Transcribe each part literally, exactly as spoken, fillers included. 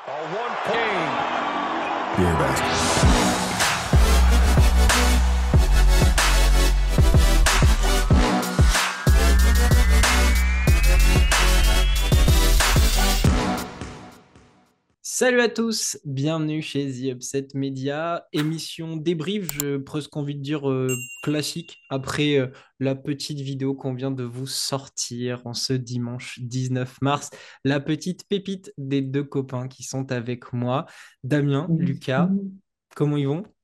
Beer basket. Salut à tous, bienvenue chez The Upset Media, émission débrief, j'ai presque envie de dire euh, classique, après euh, la petite vidéo qu'on vient de vous sortir en ce dimanche dix-neuf mars, la petite pépite des deux copains qui sont avec moi, Damien, Lucas, comment ils vont?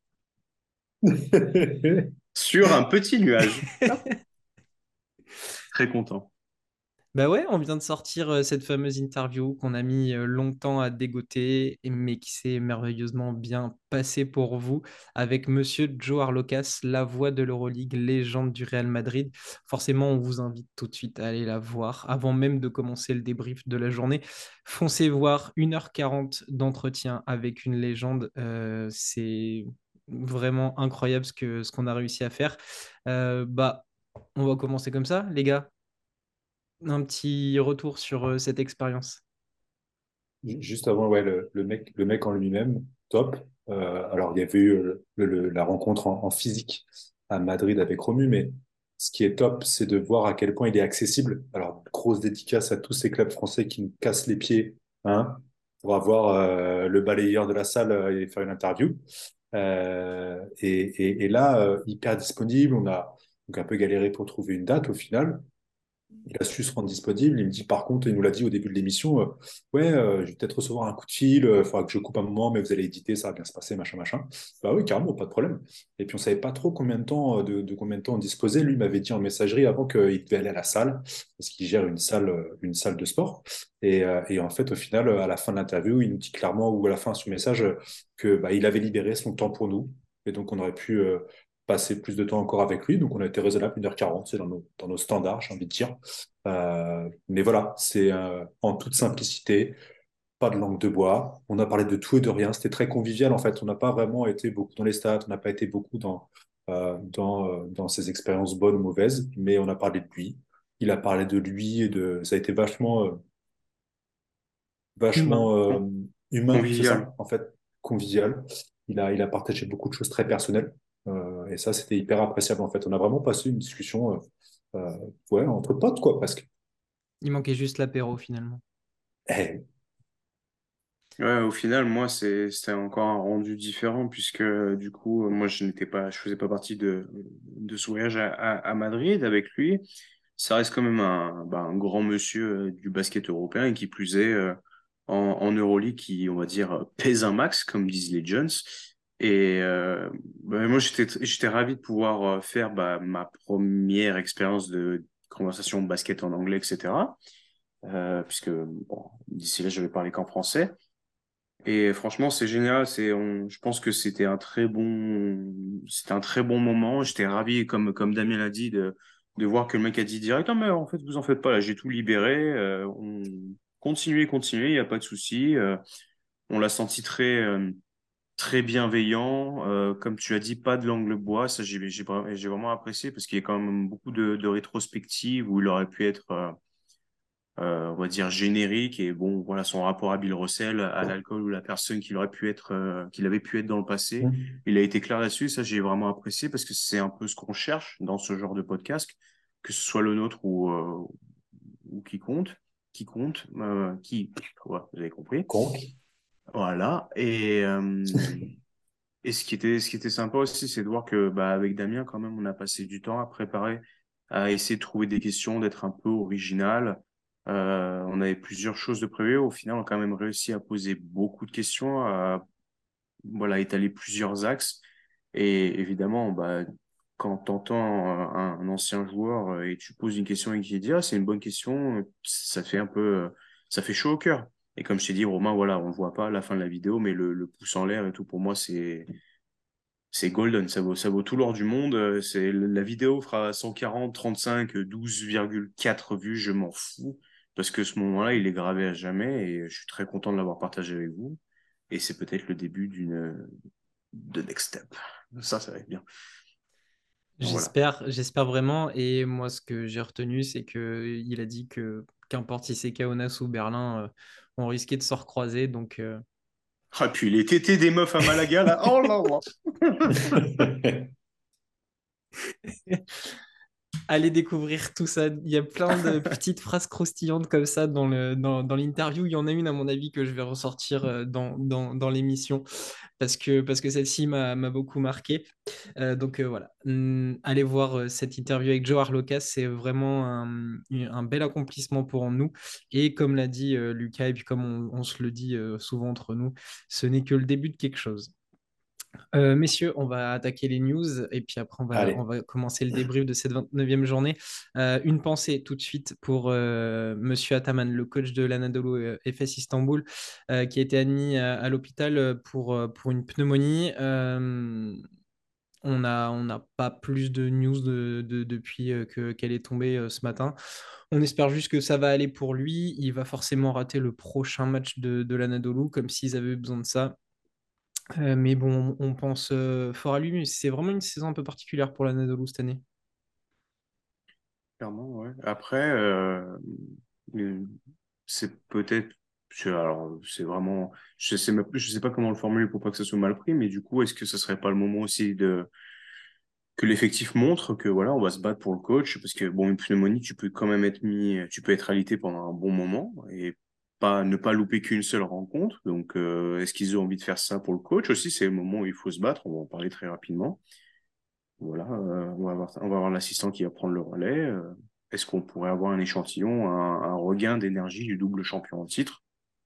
Sur un petit nuage. Hop, très content. Bah ouais, on vient de sortir euh, cette fameuse interview qu'on a mis euh, longtemps à dégoter, et- mais qui s'est merveilleusement bien passée pour vous avec Monsieur Joe Arlocas, la voix de l'Euroleague, légende du Real Madrid. Forcément, on vous invite tout de suite à aller la voir avant même de commencer le débrief de la journée. Foncez voir une heure quarante d'entretien avec une légende. Euh, c'est vraiment incroyable ce que, ce qu'on a réussi à faire. Euh, bah, on va commencer comme ça, les gars, un petit retour sur euh, cette expérience. Juste avant, ouais, le, le mec, le mec en lui-même, top. Euh, alors, il y avait eu euh, le- le- la rencontre en, en physique à Madrid avec Romu, mais ce qui est top, c'est de voir à quel point il est accessible. Alors, grosse dédicace à tous ces clubs français qui nous cassent les pieds, hein, pour avoir euh, le balayeur de la salle euh, et faire une interview. Euh, et, et, et là, euh, hyper disponible. On a donc un peu galéré pour trouver une date au final. Il a su se rendre disponible. Il me dit, par contre, il nous l'a dit au début de l'émission, euh, ouais, euh, je vais peut-être recevoir un coup de fil, il faudra que je coupe un moment, mais vous allez éditer, ça va bien se passer, machin, machin. Bah oui, carrément, pas de problème. Et puis on savait pas trop combien de temps, euh, de, de combien de temps on disposait. Lui m'avait dit en messagerie avant qu'il devait aller à la salle, parce qu'il gère une salle, euh, une salle de sport. Et, euh, et en fait, au final, à la fin de l'interview, il nous dit clairement, ou à la fin de son message, euh, que bah, il avait libéré son temps pour nous. Et donc, on aurait pu euh, passer plus de temps encore avec lui. Donc, on a été raisonnable, une heure quarante, c'est dans nos, dans nos standards, j'ai envie de dire. Euh, mais voilà, c'est euh, en toute simplicité, pas de langue de bois. On a parlé de tout et de rien. C'était très convivial en fait. On n'a pas vraiment été beaucoup dans les stats, on n'a pas été beaucoup dans, euh, dans, euh, dans ses expériences bonnes ou mauvaises, mais on a parlé de lui. Il a parlé de lui et de. Ça a été vachement, euh, Humain. vachement euh, Con- humain, c'est Convivial. ça, en fait, convivial. Il a, il a partagé beaucoup de choses très personnelles. Euh, et ça, c'était hyper appréciable en fait. On a vraiment passé une discussion, euh, euh, ouais, entre potes quoi, presque. Il manquait juste l'apéro finalement. Eh, Ouais, au final, moi, c'est, c'était encore un rendu différent puisque, du coup, moi, je n'étais pas, je faisais pas partie de, de ce voyage à, à, à Madrid avec lui. Ça reste quand même un, bah, un grand monsieur euh, du basket européen et qui plus est, euh, en, en Euroleague qui, on va dire, pèse un max, comme disent les Jones. Et euh, bah, moi, j'étais, j'étais ravi de pouvoir euh, faire bah, ma première expérience de conversation de basket en anglais, et cetera. Euh, puisque bon, d'ici là, je vais parler qu'en français. Et franchement, c'est génial. C'est, on, je pense que c'était un très bon, c'était un très bon moment. J'étais ravi, comme comme Damien l'a dit, de de voir que le mec a dit direct, ah mais en fait, vous en faites pas là, j'ai tout libéré. Euh, on continuez, continuez, il y a pas de souci. Euh, on l'a senti très euh, très bienveillant. Euh, comme tu as dit, pas de langue de bois. Ça, j'ai j'ai vra- j'ai vraiment apprécié parce qu'il y a quand même beaucoup de de rétrospectives où il aurait pu être euh, euh, on va dire générique et bon voilà son rapport à Bill Russell, à l'alcool ou la personne qu'il aurait pu être euh, qu'il avait pu être dans le passé, il a été clair là-dessus. Ça j'ai vraiment apprécié parce que c'est un peu ce qu'on cherche dans ce genre de podcast, que ce soit le nôtre ou euh, ou qui compte qui compte euh, qui ouais, vous avez compris. Conque. Voilà. Et euh, et ce qui était ce qui était sympa aussi, c'est de voir que bah avec Damien quand même on a passé du temps à préparer, à essayer de trouver des questions, d'être un peu original. Euh, on avait plusieurs choses de prévues. Au final, on a quand même réussi à poser beaucoup de questions, à voilà, étaler plusieurs axes. Et évidemment, bah, quand tu entends un, un ancien joueur euh, et tu poses une question et qu'il dit, ah, c'est une bonne question, ça fait un peu, euh, ça fait chaud au cœur. Et comme je t'ai dit, Romain, voilà, on ne voit pas la fin de la vidéo, mais le, le pouce en l'air et tout, pour moi, c'est, c'est golden. Ça vaut, ça vaut tout l'or du monde. Euh, C'est, la vidéo fera cent quarante, trente-cinq, douze virgule quatre vues, je m'en fous. Parce que ce moment-là, il est gravé à jamais et je suis très content de l'avoir partagé avec vous. Et c'est peut-être le début d'une, de Next Step. Ça, ça va être bien. Donc, voilà. J'espère, j'espère vraiment. Et moi, ce que j'ai retenu, c'est que il a dit que qu'importe si c'est Kaunas ou Berlin, euh, on risquait de se recroiser. Donc, euh... Ah, puis les tétés des meufs à Malaga, là. Oh là là. allez découvrir tout ça. Il y a plein de petites phrases croustillantes comme ça dans le, dans, dans l'interview. Il y en a une, à mon avis, que je vais ressortir euh, dans, dans, dans l'émission parce que, parce que celle-ci m'a, m'a beaucoup marqué. Euh, donc euh, voilà, Hum, allez voir euh, cette interview avec Joe Arlocas. C'est vraiment un, un bel accomplissement pour nous. Et comme l'a dit euh, Lucas, et puis comme on, on se le dit euh, souvent entre nous, ce n'est que le début de quelque chose. Euh, messieurs, on va attaquer les news et puis après on va, on Allez, va commencer le débrief de cette vingt-neuvième journée. Euh, une pensée tout de suite pour euh, Monsieur Ataman, le coach de l'Anadolu euh, Efes Istanbul, euh, qui a été admis à, à l'hôpital pour, euh, pour une pneumonie. Euh, on n'a on n'a pas plus de news de, de- depuis euh, que, qu'elle est tombée euh, ce matin. On espère juste que ça va aller pour lui. Il va forcément rater le prochain match de, de l'Anadolu, comme s'ils avaient besoin de ça. Euh, mais bon, on pense euh, fort à lui, mais c'est vraiment une saison un peu particulière pour l'Anadolu cette année. Clairement, ouais. Après, euh, euh, c'est peut-être, je- alors c'est vraiment, je sais même- je sais pas comment le formuler pour pas que ça soit mal pris, mais du coup, est-ce que ce serait pas le moment aussi de que l'effectif montre que voilà, on va se battre pour le coach, parce que bon, une pneumonie, tu peux quand même être mis, tu peux être alité pendant un bon moment et pas ne pas louper qu'une seule rencontre. Donc, euh, est-ce qu'ils ont envie de faire ça pour le coach aussi? C'est le moment où il faut se battre. On va en parler très rapidement. Voilà, euh, on va avoir, on va avoir l'assistant qui va prendre le relais. Euh, est-ce qu'on pourrait avoir un échantillon, un, un regain d'énergie du double champion en titre?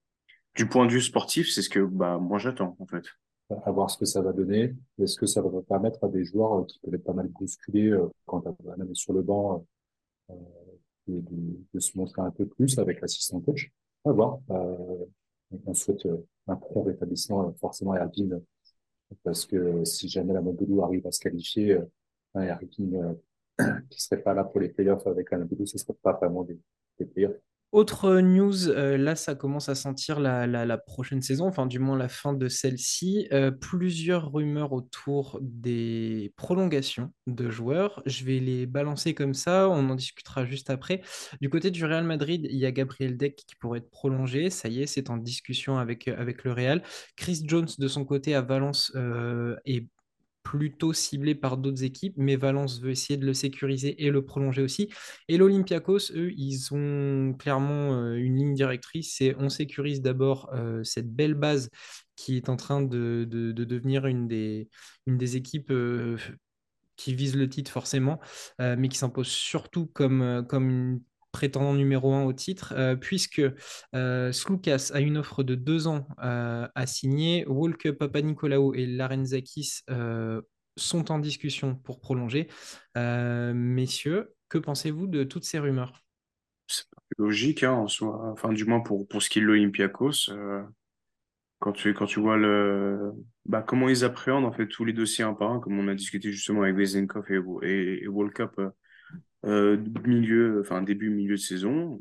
Du point de vue sportif, c'est ce que bah moi j'attends en fait. à voir ce que ça va donner. Est-ce que ça va permettre à des joueurs euh, qui peuvent être pas mal bousculés euh, quand on est sur le banc euh, de, de, de se montrer un peu plus avec l'assistant coach? À voir. Euh, on souhaite euh, un prompt rétablissement euh, forcément à Erwin, parce que si jamais la Montpellier arrive à se qualifier, euh, un Erwin euh, qui serait pas là pour les playoffs avec la Montpellier, ce serait pas vraiment des, des playoffs. Autre news, euh, là ça commence à sentir la, la- la prochaine saison, enfin du moins la fin de celle-ci. Euh, plusieurs rumeurs autour des prolongations de joueurs. Je vais les balancer comme ça, on en discutera juste après. Du côté du Real Madrid, il y a Gabriel Deck qui pourrait être prolongé. Ça y est, c'est en discussion avec, avec le Real. Chris Jones de son côté à Valence euh, est plutôt ciblé par d'autres équipes, mais Valence veut essayer de le sécuriser et le prolonger aussi. Et l'Olympiakos, eux, ils ont clairement euh, une ligne directrice, c'est on sécurise d'abord euh, cette belle base qui est en train de, de- de devenir une des, une des équipes euh, qui vise le titre forcément, euh, mais qui s'impose surtout comme, euh, comme une prétendant numéro un au titre, euh, puisque euh, Sloukas a une offre de deux ans euh, à signer. Walke, Papanikolaou et Larenzakis euh, sont en discussion pour prolonger. Euh, messieurs, que pensez-vous de toutes ces rumeurs? C'est logique hein, en soi. Enfin, du moins pour pour ce qui est de l'Olympiakos. Euh, quand tu quand tu vois le bah comment ils appréhendent en fait tous les dossiers un par un, comme on a discuté justement avec Vezenkov et et, et World Cup euh, euh, milieu, enfin début milieu de saison,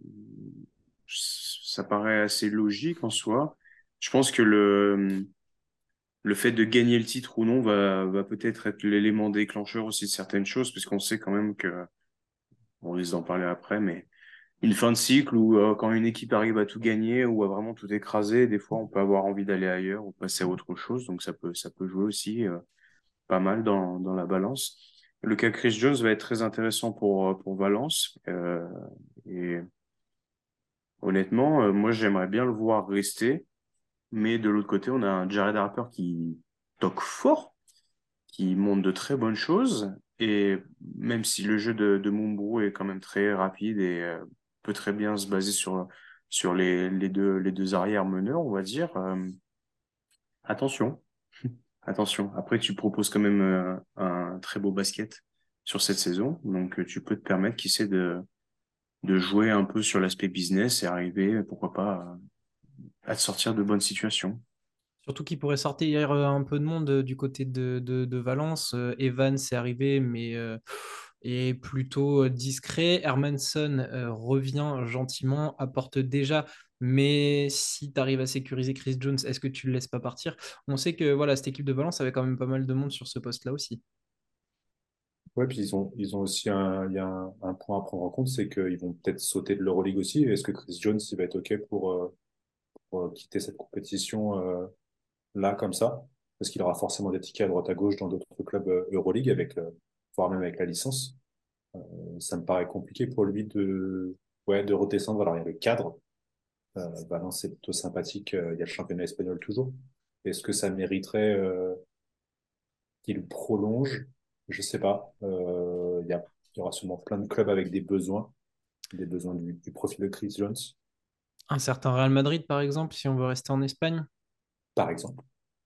ça paraît assez logique en soi. Je pense que le le fait de gagner le titre ou non va, va peut-être être l'élément déclencheur aussi de certaines choses, parce qu'on sait quand même que, on risque d'en parler après, mais une fin de cycle où euh, quand une équipe arrive à tout gagner ou à vraiment tout écraser, des fois on peut avoir envie d'aller ailleurs ou passer à autre chose, donc ça peut, ça peut jouer aussi euh, pas mal dans, dans la balance. Le cas Chris Jones va être très intéressant pour, euh, pour Valence, euh, et honnêtement, euh, moi j'aimerais bien le voir rester, mais de l'autre côté, on a un Jared Harper qui toque fort, qui montre de très bonnes choses. Et même si le jeu de, de Mumbrou est quand même très rapide et euh, peut très bien se baser sur, sur les, les deux, les deux arrières meneurs, on va dire, euh, attention, attention. Après, tu proposes quand même euh, un très beau basket sur cette saison. Donc, euh, tu peux te permettre, qui sait, de, de jouer un peu sur l'aspect business et arriver, pourquoi pas, à, à te sortir de bonnes situations. Surtout qu'il pourrait sortir euh, un peu de monde euh, du côté de, de- de Valence. Euh, Evans est arrivé, mais euh, est plutôt euh, discret. Hermanson euh, revient gentiment, apporte déjà. Mais si tu arrives à sécuriser Chris Jones, est-ce que tu ne le laisses pas partir? On sait que voilà, cette équipe de Valence avait quand même pas mal de monde sur ce poste-là aussi. Ouais, puis ils ont, ils ont aussi un, il y a un, un point à prendre en compte, c'est qu'ils vont peut-être sauter de l'Euroleague aussi. Est-ce que Chris Jones, il va être OK pour, euh, pour euh, quitter cette compétition euh, là comme ça, parce qu'il aura forcément des tickets à droite à gauche dans d'autres clubs euh, Euroleague, avec, euh, voire même avec la licence. Euh, ça me paraît compliqué pour lui de, ouais, de redescendre. Alors, il y a le cadre. Euh, Valence, c'est plutôt sympathique. Euh, il y a le championnat espagnol toujours. Est-ce que ça mériterait euh, qu'il prolonge? Je sais pas. Euh, il y a, il y aura sûrement plein de clubs avec des besoins, des besoins du, du profil de Chris Jones, Un certain Real Madrid, par exemple, si on veut rester en Espagne. par exemple.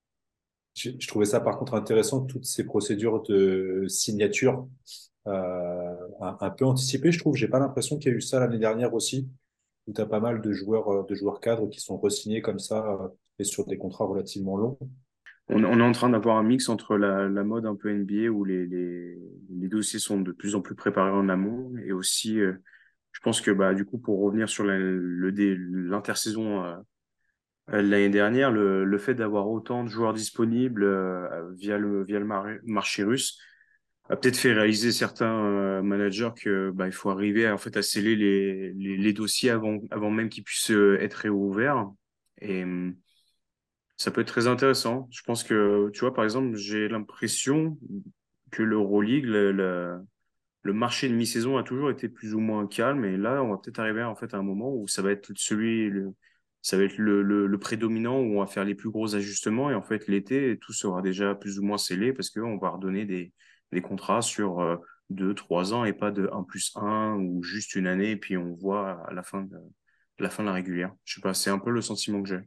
Je, je trouvais ça par contre intéressant, toutes ces procédures de signature euh, un, un peu anticipées, je trouve. J'ai pas l'impression qu'il y a eu ça l'année dernière aussi, où tu as pas mal de joueurs, euh, de joueurs cadres qui sont re-signés comme ça euh, et sur des contrats relativement longs. On, on est en train d'avoir un mix entre la, la mode un peu N B A où les, les, les dossiers sont de plus en plus préparés en amont et aussi, euh, je pense que bah, du coup, pour revenir sur la, le, dé- l'intersaison euh, euh, l'année dernière, le, le fait d'avoir autant de joueurs disponibles euh, via le, via le mar- marché russe a peut-être fait réaliser certains euh, managers que bah, il faut arriver à, en fait, à sceller les, les, les dossiers avant, avant même qu'ils puissent euh, être réouverts. Et, hum, ça peut être très intéressant. Je pense que, tu vois, par exemple, j'ai l'impression que l'Euroleague, le, le, le marché de mi-saison a toujours été plus ou moins calme. Et là, on va peut-être arriver en fait à un moment où ça va être celui, le, ça va être le, le, le prédominant où on va faire les plus gros ajustements. Et en fait, l'été, tout sera déjà plus ou moins scellé parce qu'on va redonner des, des contrats sur euh, deux, trois ans et pas de un plus un ou juste une année. Et puis on voit à la fin de, la fin de la régulière. Je sais pas, c'est un peu le sentiment que j'ai.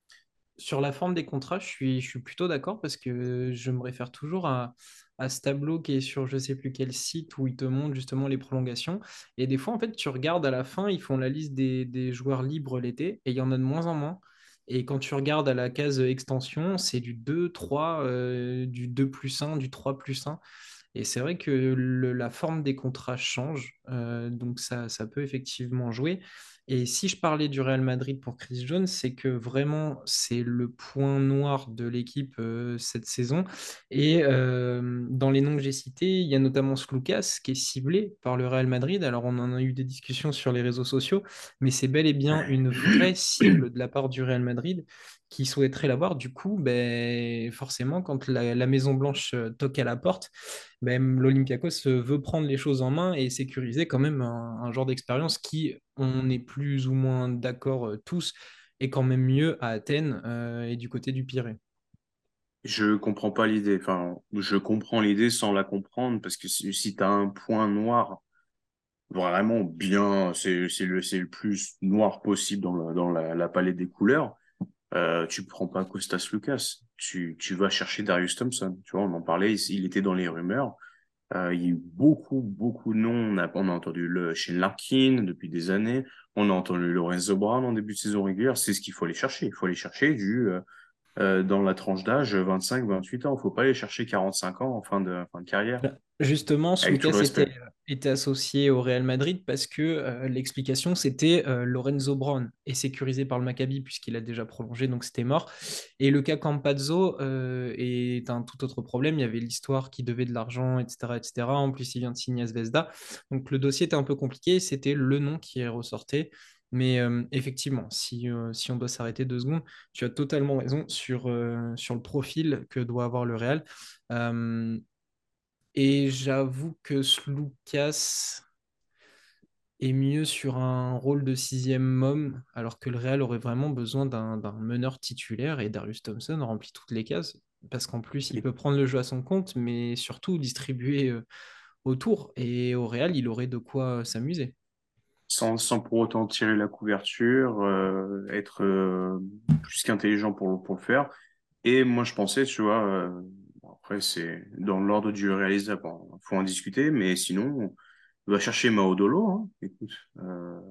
Sur la forme des contrats, je suis, je suis plutôt d'accord parce que je me réfère toujours à, à ce tableau qui est sur je sais plus quel site où ils te montrent justement les prolongations. Et des fois, en fait, tu regardes à la fin, ils font la liste des, des joueurs libres l'été et il y en a de moins en moins. Et quand tu regardes à la case extension, c'est du deux, trois, euh, du deux plus un, du trois plus un. Et c'est vrai que le- la forme des contrats change, euh, donc ça, ça peut effectivement jouer. Et si je parlais du Real Madrid pour Chris Jones, c'est que vraiment c'est le point noir de l'équipe euh, cette saison. Et euh, dans les noms que j'ai cités, il y a notamment Lucas qui est ciblé par le Real Madrid. Alors on en a eu des discussions sur les réseaux sociaux, mais c'est bel et bien une vraie cible de la part du Real Madrid qui souhaiterait l'avoir. Du coup, ben, forcément, quand la, la Maison Blanche euh, toque à la porte, même l'Olympiakos veut prendre les choses en main et sécuriser quand même un, un genre d'expérience qui, on est plus ou moins d'accord euh, tous, est quand même mieux à Athènes euh, et du côté du Pirée. Je comprends pas l'idée. Enfin, je comprends l'idée sans la comprendre parce que si, si tu as un point noir vraiment bien, c'est c'est le c'est le plus noir possible dans la dans la, la palette des couleurs, euh, tu prends pas Kostas Lucas. Tu tu vas chercher Darius Thompson. Tu vois, on en parlait, il, il était dans les rumeurs. Euh, il y a eu beaucoup beaucoup de noms. On a on a entendu le Shane Larkin depuis des années. On a entendu Lorenzo Brown en début de saison régulière. C'est ce qu'il faut aller chercher. Il faut aller chercher du euh, euh, dans la tranche d'âge vingt-cinq vingt-huit ans. Il faut pas aller chercher quarante-cinq ans en fin de, fin de carrière, Justement, avec tout Lucas le était, respect. était associé au Real Madrid parce que euh, l'explication c'était euh, Lorenzo Brown est sécurisé par le Maccabi puisqu'il a déjà prolongé, donc c'était mort. Et le cas Campazzo euh, est un tout autre problème. Il y avait l'histoire qui devait de l'argent, et cetera, et cetera. En plus, il vient de signer à Zvezda. Donc le dossier était un peu compliqué. C'était le nom qui est ressorti. Mais euh, effectivement, si, euh, si on doit s'arrêter deux secondes, tu as totalement raison sur, euh, sur le profil que doit avoir le Real. Euh, et j'avoue que Sloukas est mieux sur un rôle de sixième homme, alors que le Real aurait vraiment besoin d'un d'un meneur titulaire et Darius Thompson remplit toutes les cases, parce qu'en plus, il Et peut prendre le jeu à son compte, mais surtout distribuer euh, autour. Et au Real, il aurait de quoi s'amuser. sans, sans pour autant tirer la couverture, euh, être euh, plus qu'intelligent pour, le- pour le faire. Et moi, je pensais, tu vois, euh, bon, après, c'est dans l'ordre du réalisable, il faut en discuter, mais sinon, on va chercher Maodolo. Hein. Écoute, euh,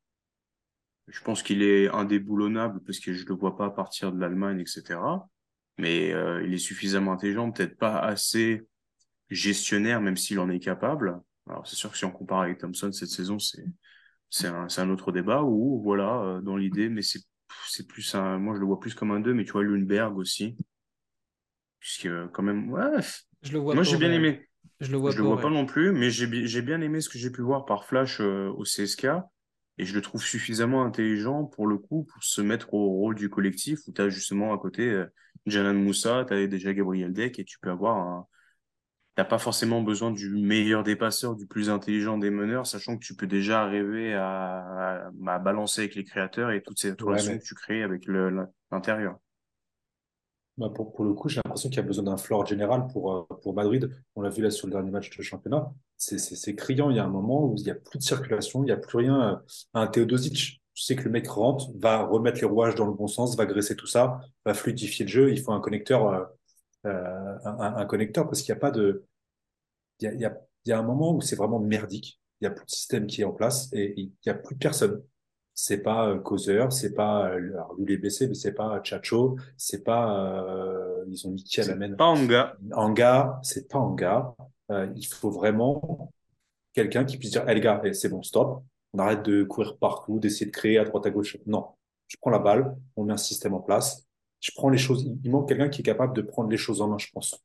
je pense qu'il est indéboulonnable parce que je le vois pas partir de l'Allemagne, et cetera. Mais euh, il est suffisamment intelligent, peut-être pas assez gestionnaire, même s'il en est capable. Alors, c'est sûr que si on compare avec Thompson cette saison, c'est c'est un, c'est un autre débat où, voilà, euh, dans l'idée, mais c'est c'est plus un, moi je le vois plus comme un deux, mais tu vois, Lundberg aussi, puisque quand même, ouais, Je le vois moi pas j'ai au bien Real. aimé. Je le Je vois le pas au vois pas Real. non plus, mais j'ai bi- j'ai bien aimé ce que j'ai pu voir par Flash euh, au C S K. Et je le trouve suffisamment intelligent pour le coup, pour se mettre au rôle du collectif où tu as justement à côté euh, Jalan Moussa, tu as déjà Gabriel Deck et tu peux avoir un. T'as pas forcément besoin du meilleur des passeurs, du plus intelligent des meneurs, sachant que tu peux déjà arriver à, à, à balancer avec les créateurs et toute cette Ouais, relation mais que tu crées avec le, l'intérieur. bah, pour, pour le coup, j'ai l'impression qu'il y a besoin d'un floor général pour, euh, pour Madrid. On l'a vu là sur le dernier match de championnat. C'est c'est- c'est criant. Il y a un moment où il n'y a plus de circulation, il n'y a plus rien. euh, Un Teodosic, tu sais que le mec rentre, va remettre les rouages dans le bon sens, va graisser tout ça, va fluidifier le jeu. Il faut un connecteur, euh, euh, un, un- un connecteur parce qu'il n'y a pas de. Il y a, il y a, il y a un moment où c'est vraiment merdique. Il n'y a plus de système qui est en place et il n'y a plus personne. C'est pas euh, Causeur, c'est pas euh, alors, lui il est blessé, mais c'est pas Chacho, c'est pas euh, ils ont mis qui à la C'est main pas Anga. Anga, c'est pas Anga. Euh, il faut vraiment quelqu'un qui puisse dire, eh les gars, eh, c'est bon, stop. On arrête de courir partout, d'essayer de créer à droite à gauche. Non, je prends la balle, on met un système en place. Je prends les choses. Il manque quelqu'un qui est capable de prendre les choses en main, je pense.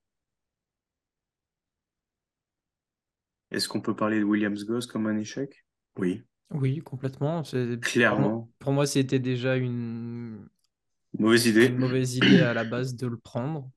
Est-ce qu'on peut parler de Williams Goss comme un échec? Oui, Oui, complètement. C'est- Pour moi, clairement. pour moi, c'était déjà une, Mauvaise idée. une mauvaise idée à la base de le prendre.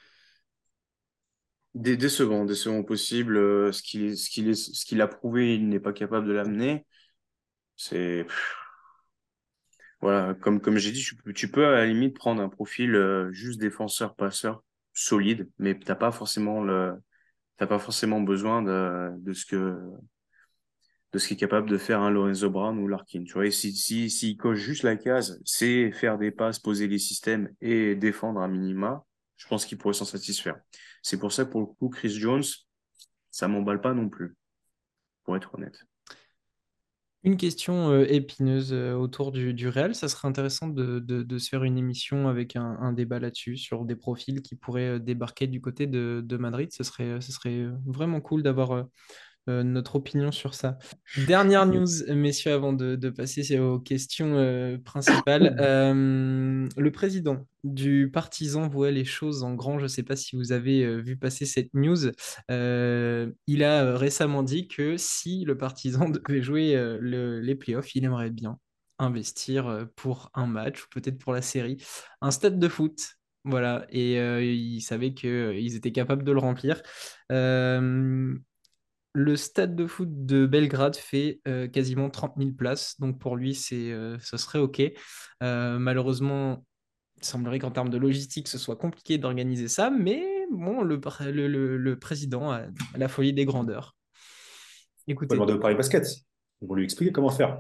Dé- Décevant, décevant possible. Euh, ce qu'il, ce qu'il est, ce qu'il a prouvé, il n'est pas capable de l'amener. C'est, pff, voilà, comme, comme j'ai dit, tu peux, tu peux à la limite prendre un profil euh, juste défenseur-passeur solide, mais t'as pas forcément le, t'as pas forcément besoin de, de ce que, de ce qu'est capable de faire un Lorenzo Brown ou Larkin. Tu vois, et si, si, s'il coche juste la case, c'est faire des passes, poser les systèmes et défendre un minima, je pense qu'il pourrait s'en satisfaire. C'est pour ça que pour le coup, Chris Jones, ça m'emballe pas non plus, pour être honnête. Une question euh, épineuse euh, autour du, du Real, ça serait intéressant de, de- de se faire une émission avec un, un débat là-dessus, sur des profils qui pourraient euh, débarquer du côté de, de Madrid. Ce serait, ce serait euh, vraiment cool d'avoir euh, euh, notre opinion sur ça. Dernière news, messieurs, avant de, de passer aux questions euh, principales. Euh, le président du Partizan voit les choses en grand. Je ne sais pas si vous avez euh, vu passer cette news. Euh, il a euh, récemment dit que si le Partizan devait jouer euh, le- les playoffs, il aimerait bien investir euh, pour un match ou peut-être pour la série, un stade de foot. Voilà, et euh, il savait qu'ils étaient capables de le remplir. Euh, le stade de foot de Belgrade fait euh, quasiment trente mille places, donc pour lui, c'est, euh, ce serait OK. Euh, malheureusement, il semblerait qu'en termes de logistique, ce soit compliqué d'organiser ça, mais bon, le, pr- le- le- le président a la folie des grandeurs. On va Écoutez, demander au Paris Basket. Ils vont lui expliquer comment faire.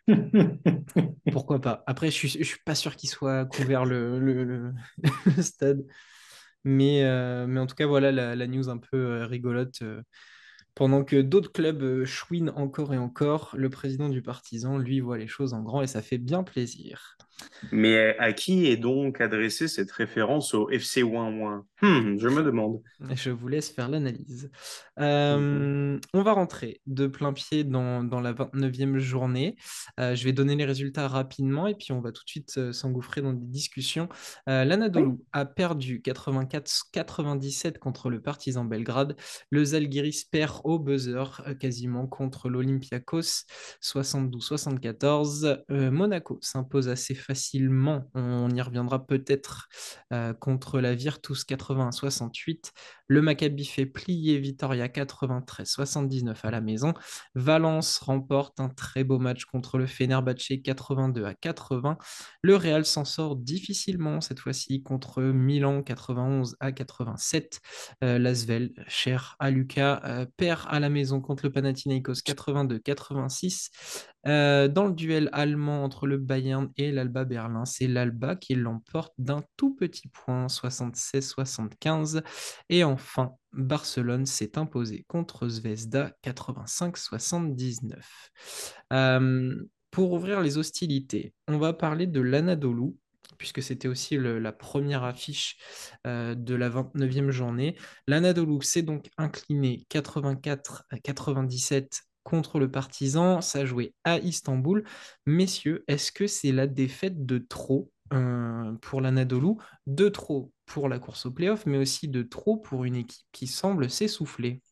pourquoi pas. Après, je suis, je suis pas sûr qu'il soit couvert le, le- le- le stade, mais, euh, mais en tout cas, voilà la, la news un peu euh, rigolote. euh, Pendant que d'autres clubs euh, chouinent encore et encore, le président du Partizan, lui, voit les choses en grand et ça fait bien plaisir. Mais à qui est donc adressée cette référence au F C Ouin Ouin? Hmm, je me demande. Je vous laisse faire l'analyse. Mhm. Euh, on va rentrer de plein pied dans, dans la vingt-neuvième journée. Euh, je vais donner les résultats rapidement et puis on va tout de suite euh, s'engouffrer dans des discussions. Euh, L'Anadolu a perdu quatre-vingt-quatre à quatre-vingt-dix-sept contre le Partizan Belgrade. Le Zalgiris perd au buzzer euh, quasiment contre l'Olympiakos soixante-douze à soixante-quatorze. Euh, Monaco s'impose assez facilement. On y reviendra peut-être euh, contre la Virtus quatre-vingts à soixante-huit. Le Maccabi fait plier Vitoria quatre-vingt-treize à soixante-dix-neuf à la maison. Valence remporte un très beau match contre le Fenerbahçe quatre-vingt-deux à quatre-vingts. Le Real s'en sort difficilement cette fois-ci contre Milan quatre-vingt-onze à quatre-vingt-sept. Euh, L'Asvel, cher à Lucas, euh, perd à la maison contre le Panathinaikos quatre-vingt-deux à quatre-vingt-six. Euh, dans le duel allemand entre le Bayern et l'Alba Berlin, c'est l'Alba qui l'emporte d'un tout petit point, soixante-seize à soixante-quinze. Et enfin, Barcelone s'est imposé contre Zvezda quatre-vingt-cinq à soixante-dix-neuf. Euh, pour ouvrir les hostilités, on va parler de l'Anadolu, puisque c'était aussi le- la première affiche euh, de la vingt-neuvième journée. L'Anadolu s'est donc incliné quatre-vingt-quatre à quatre-vingt-dix-sept contre le Partizan. Ça jouait à Istanbul. Messieurs, est-ce que c'est la défaite de trop euh, pour l'Anadolu, de trop pour la course au playoff, mais aussi de trop pour une équipe qui semble s'essouffler?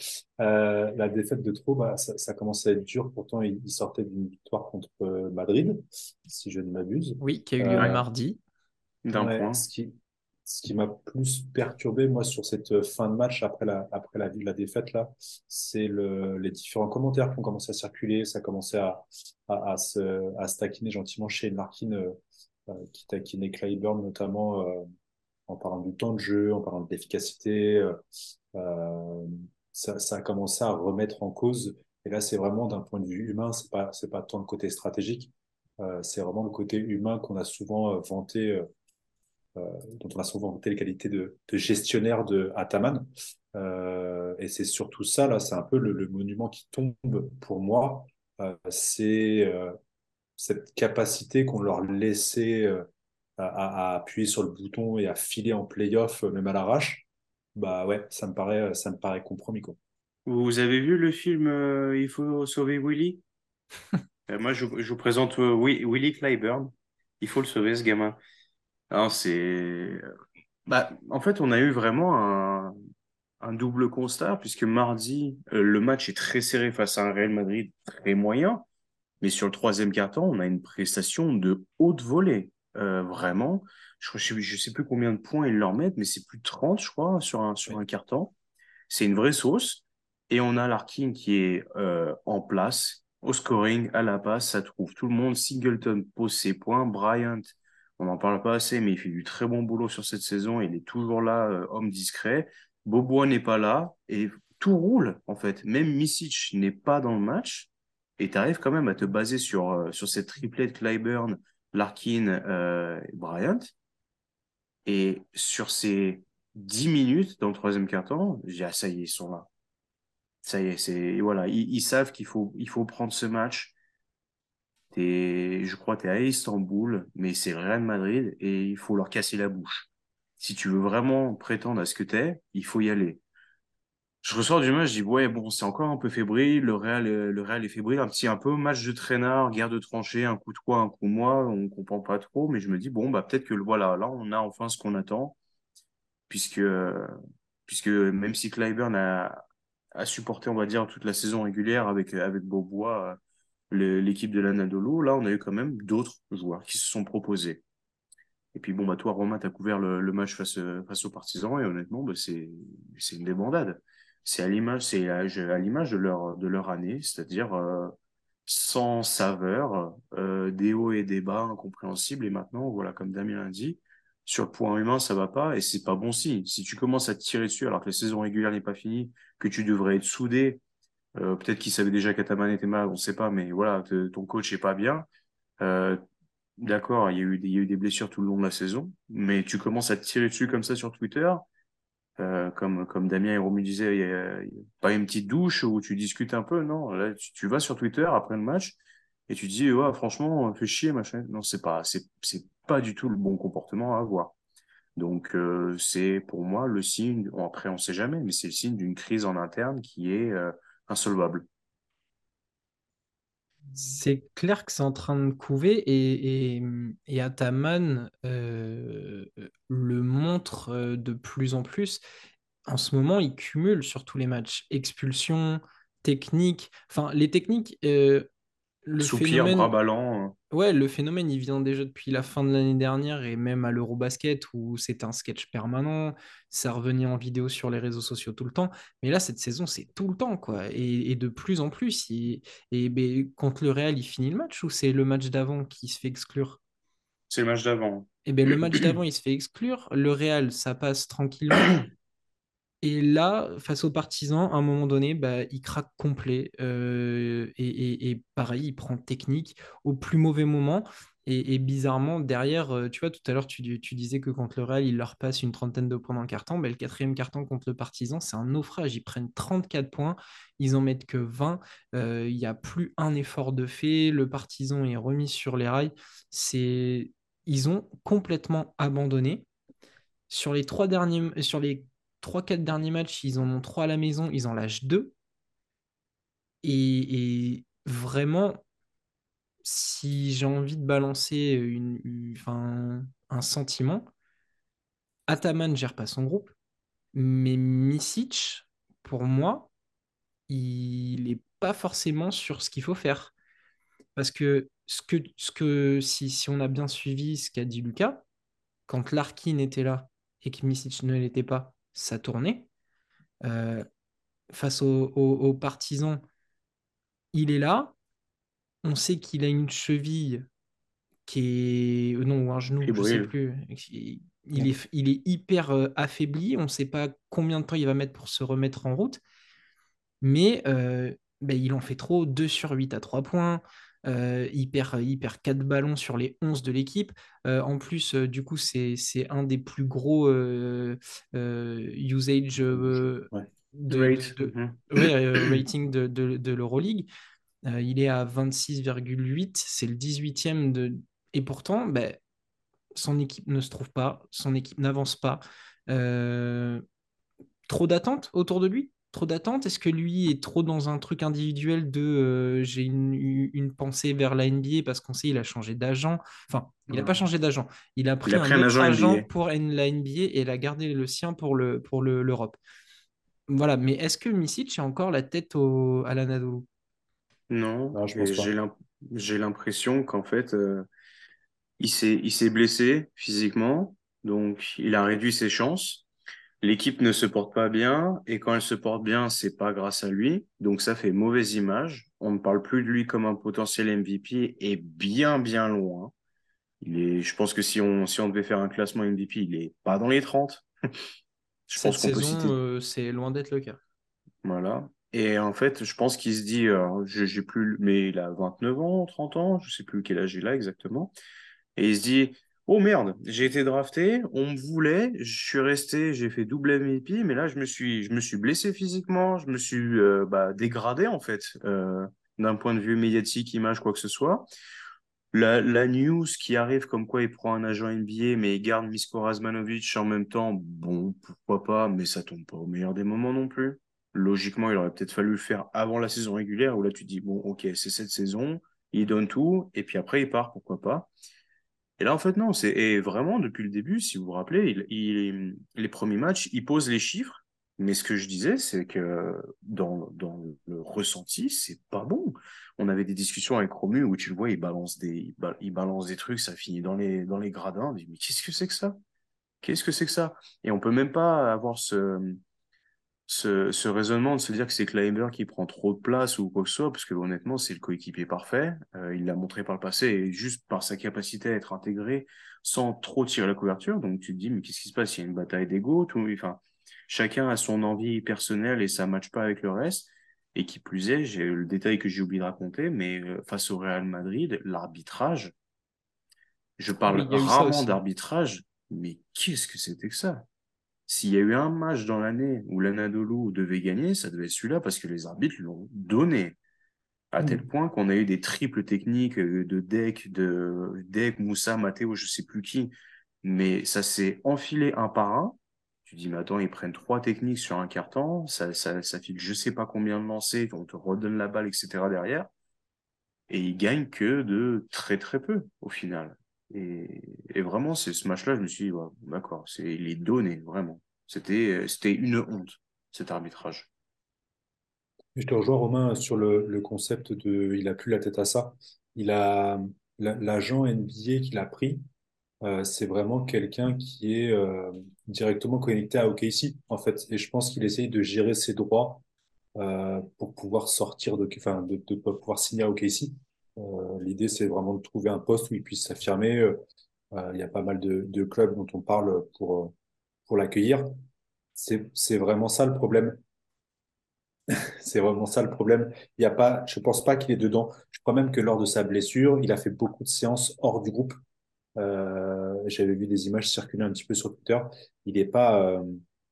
Euh, la défaite de trop, bah, ça, ça commençait à être dur. Pourtant, il, il sortait d'une victoire contre euh, Madrid, si je ne m'abuse. Oui, qui a eu lieu Ouais, Euh, mardi. d'un ouais, point. ce qui, ce qui m'a plus perturbé, moi, sur cette fin de match, après la, après la, la défaite, là, c'est le, les différents commentaires qui ont commencé à circuler. Ça a commencé à, à, à se, à se taquiner gentiment chez Larkin, euh, euh, qui taquinait Clyburn, notamment euh, en parlant du temps de jeu, en parlant de l'efficacité. Euh, euh, ça, ça a commencé à remettre en cause. Et là, c'est vraiment d'un point de vue humain, c'est pas, c'est pas tant le côté stratégique, euh, c'est vraiment le côté humain qu'on a souvent euh, vanté, euh, dont on a souvent vanté les qualités de, de gestionnaire de Ataman. Euh, et c'est surtout ça, là, c'est un peu le, le monument qui tombe pour moi. Euh, c'est euh, cette capacité qu'on leur laissait euh, à, à appuyer sur le bouton et à filer en play-off, euh, même à l'arrache. Bah ouais, ça me paraît, ça me paraît compromis, quoi. Vous avez vu le film euh, Il faut sauver Willy? Euh, moi, je, je vous présente euh, Wi- Willy Clyburn. Il faut le sauver, ce gamin. Alors, c'est... Bah, en fait, on a eu vraiment un, un double constat, puisque mardi, euh, le match est très serré face à un Real Madrid très moyen. Mais sur le troisième quart-temps, on a une prestation de haute volée. Euh, vraiment. Je crois, je sais, je sais plus combien de points ils leur mettent, mais c'est plus de trente, je crois, sur un, sur Ouais. un quart-temps. C'est une vraie sauce. Et on a Larkin qui est euh, en place, au scoring, à la passe, ça trouve tout le monde. Singleton pose ses points. Bryant, on n'en parle pas assez, mais il fait du très bon boulot sur cette saison. Il est toujours là, euh, homme discret. Bobois n'est pas là. Et tout roule, en fait. Même Misic n'est pas dans le match. Et tu arrives quand même à te baser sur, euh, sur cette triplette Clyburn, Larkin euh, et Bryant. Et sur ces dix minutes dans le troisième quart-temps, j'ai dit, ah, ça y est, ils sont là. Ça y est, c'est, voilà, ils, ils savent qu'il faut, il faut prendre ce match. T'es, je crois que tu es à Istanbul, mais c'est le Real Madrid et il faut leur casser la bouche. Si tu veux vraiment prétendre à ce que t'es, il faut y aller. Je ressors du match, je dis, ouais, bon, c'est encore un peu fébrile, le Real, est- le Real est fébrile, un petit, un peu match de traînard, guerre de tranchées, un coup de quoi, un coup de moi, on comprend pas trop, mais je me dis, bon, bah, peut-être que, voilà, là, on a enfin ce qu'on attend, puisque, puisque même si Clyburn a, a supporté, on va dire, toute la saison régulière avec, avec Beaubois, le- l'équipe de l'Anadolu, là, on a eu quand même d'autres joueurs qui se sont proposés. Et puis, bon, bah, toi, Romain, tu as couvert le, le match face, face aux partisans, et honnêtement, bah, c'est, c'est une débandade. C'est à l'image, c'est à, à l'image de leur, de leur année, c'est-à-dire euh, sans saveur, euh, des hauts et des bas incompréhensibles. Et maintenant, voilà, comme Damien l'a dit, sur le point humain, ça va pas, et c'est pas bon signe. Si tu commences à te tirer dessus alors que la saison régulière n'est pas finie, que tu devrais être soudé, euh, peut-être qu'ils savaient déjà qu'Ataman était mal, on sait pas, mais voilà, te- ton coach est pas bien. Euh, d'accord, il y a eu des, il y a eu des blessures tout le long de la saison, mais tu commences à te tirer dessus comme ça sur Twitter, euh, comme, comme Damien et Romu disaient, il y a, il y a pas une petite douche où tu discutes un peu, non, là, tu, tu vas sur Twitter après le match et tu te dis, ouais, franchement, fais chier, machin. Non, c'est pas, c'est, c'est pas du tout le bon comportement à avoir. Donc, euh, c'est pour moi le signe, bon, après on sait jamais, mais c'est le signe d'une crise en interne qui est euh, insolvable. C'est clair que c'est en train de couver et, et, et Ataman euh, le montre euh, de plus en plus. En ce moment, il cumule sur tous les matchs. Expulsion, technique. Enfin, les techniques, euh, le Soupir, bras phénomène, ballants. ouais, le phénomène, il vient déjà depuis la fin de l'année dernière et même à l'Eurobasket où c'est un sketch permanent. Ça revenait en vidéo sur les réseaux sociaux tout le temps. Mais là, cette saison, c'est tout le temps, quoi. Et, et de plus en plus. il- et ben, contre le Real, il finit le match ou c'est le match d'avant qui se fait exclure? C'est le match d'avant. Et ben, le match d'avant, il se fait exclure. Le Real, ça passe tranquillement. Et là, face aux partisans, à un moment donné, bah, il craque complet. Euh, et, et- et pareil, il prend technique au plus mauvais moment. Et, et bizarrement, derrière, euh, tu vois, tout à l'heure, tu, tu disais que contre le Real, il leur passe une trentaine de points dans le carton. Bah, le quatrième carton contre le Partizan, c'est un naufrage. Ils prennent trente-quatre points, ils en mettent que vingt. Euh, Il n'y a plus un effort de fait. Le Partizan est remis sur les rails. C'est... Ils ont complètement abandonné. Sur les trois derniers, sur les trois, quatre derniers matchs, ils en ont trois à la maison, ils en lâchent deux. Et, et vraiment, si j'ai envie de balancer une, une- enfin, un sentiment, Ataman ne gère pas son groupe, mais Misic, pour moi, il n'est pas forcément sur ce qu'il faut faire. Parce que, ce que, ce que si, si on a bien suivi ce qu'a dit Lucas, quand Larkin était là et que Misic ne l'était pas, ça tournait. Euh, face aux, aux- aux partisans, il est là. On sait qu'il a une cheville qui est... euh, Non, ou un genou, je sais Fébrile. plus. Il est, il est hyper euh, affaibli. On ne sait pas combien de temps il va mettre pour se remettre en route. Mais euh, ben, il en fait trop. Deux sur huit à trois points. Euh, il perd, il perd quatre ballons sur les onze de l'équipe. Euh, en plus, euh, du coup, c'est, c'est un des plus gros euh, euh, usage euh, Ouais. de, de, Rate. de- Mhm. ouais, euh, rating de, de, de l'Euroleague. Euh, il est à vingt-six virgule huit, c'est le dix-huitième de... Et pourtant, ben, son équipe ne se trouve pas, son équipe n'avance pas. Euh, Trop d'attentes autour de lui? Trop d'attentes? Est-ce que lui est trop dans un truc individuel de euh, j'ai une, une pensée vers la N B A parce qu'on sait il a changé d'agent. Enfin, il n'a pas Ouais. changé d'agent. Il a Il pris a pris un un autre agent agent N B A. pour N- la N B A et il a gardé le sien pour le, pour le, l'Europe. Voilà, mais est-ce que Misic a encore la tête au, à l'Anadolu? Non, Non, je et pense j'ai pas. l'imp- j'ai l'impression qu'en fait, euh, il s'est il s'est blessé physiquement, donc il a réduit ses chances. L'équipe ne se porte pas bien, et quand elle se porte bien, c'est pas grâce à lui, donc ça fait mauvaise image. On ne parle plus de lui comme un potentiel M V P, et bien bien loin. Il est, je pense que si on si on devait faire un classement M V P, il est pas dans les trente. Je Cette pense qu'on peut saison, citer, euh, c'est loin d'être le cas. voilà. Et en fait, je pense qu'il se dit, euh, je- j'ai plus, mais il a vingt-neuf ans, trente ans, je sais plus quel âge il a exactement. Et il se dit, oh merde, j'ai été drafté, on me voulait, je suis resté, j'ai fait double M V P, mais là, je me suis, je me suis blessé physiquement, je me suis euh, bah, dégradé, en fait, euh, d'un point de vue médiatique, image, quoi que ce soit. La, la news qui arrive comme quoi il prend un agent N B A, mais il garde Misko Razmanovic en même temps, bon, pourquoi pas, mais ça tombe pas au meilleur des moments non plus. Logiquement, il aurait peut-être fallu le faire avant la saison régulière, où là, tu te dis, bon, ok, c'est cette saison, il donne tout, et puis après, il part, pourquoi pas. Et là, en fait, non, c'est et vraiment depuis le début, si vous vous rappelez, il, il- les premiers matchs, il pose les chiffres. Mais ce que je disais, c'est que dans, dans le ressenti, c'est pas bon. On avait des discussions avec Romu où tu le vois, il balance des, il, ba- il balance des trucs, ça finit dans les, dans les gradins. On dit, mais qu'est-ce que c'est que ça? Qu'est-ce que c'est que ça? Et on peut même pas avoir ce, ce, ce raisonnement de se dire que c'est Kleiber qui prend trop de place ou quoi que ce soit, parce que honnêtement, c'est le coéquipier parfait. Euh, il l'a montré par le passé et juste par sa capacité à être intégré sans trop tirer la couverture. Donc tu te dis, mais qu'est-ce qui se passe? Il y a une bataille d'ego, tout, enfin, chacun a son envie personnelle et ça matche pas avec le reste. Et qui plus est, j'ai le détail que j'ai oublié de raconter, mais euh, face au Real Madrid, l'arbitrage, je Ah oui, parle il y a eu ça rarement aussi. d'arbitrage, mais qu'est-ce que c'était que ça? S'il y a eu un match dans l'année où l'Anadolu devait gagner, ça devait être celui-là parce que les arbitres l'ont donné. À tel Hmm. point qu'on a eu des triples techniques euh, de Deck, de Deck, Moussa, Matteo, je sais plus qui. Mais ça s'est enfilé un par un. Tu dis, mais attends, ils prennent trois techniques sur un carton, ça, ça, ça file je sais pas combien de lancers, on te redonne la balle, et cetera derrière. Et ils gagnent que de très très peu au final. Et, et vraiment, c'est ce match-là, je me suis dit, ouais, d'accord, c'est il est donné, vraiment. C'était, c'était une honte, cet arbitrage. Je te rejoins, Romain, sur le, le concept de il a plus la tête à ça. Il a la- l'agent N B A qu'il a pris, euh, c'est vraiment quelqu'un qui est euh, directement connecté à O K C, en fait. Et je pense qu'il essaye de gérer ses droits euh, pour pouvoir sortir de, enfin, de, de pouvoir signer à O K C. Euh, l'idée, c'est vraiment de trouver un poste où il puisse s'affirmer. Euh, euh, il y a pas mal de, de clubs dont on parle pour, euh, pour l'accueillir. C'est, c'est vraiment ça le problème. C'est vraiment ça le problème. Il y a pas, je pense pas qu'il est dedans. Je crois même que lors de sa blessure, il a fait beaucoup de séances hors du groupe. Euh, j'avais vu des images circuler un petit peu sur Twitter. Il est pas, euh,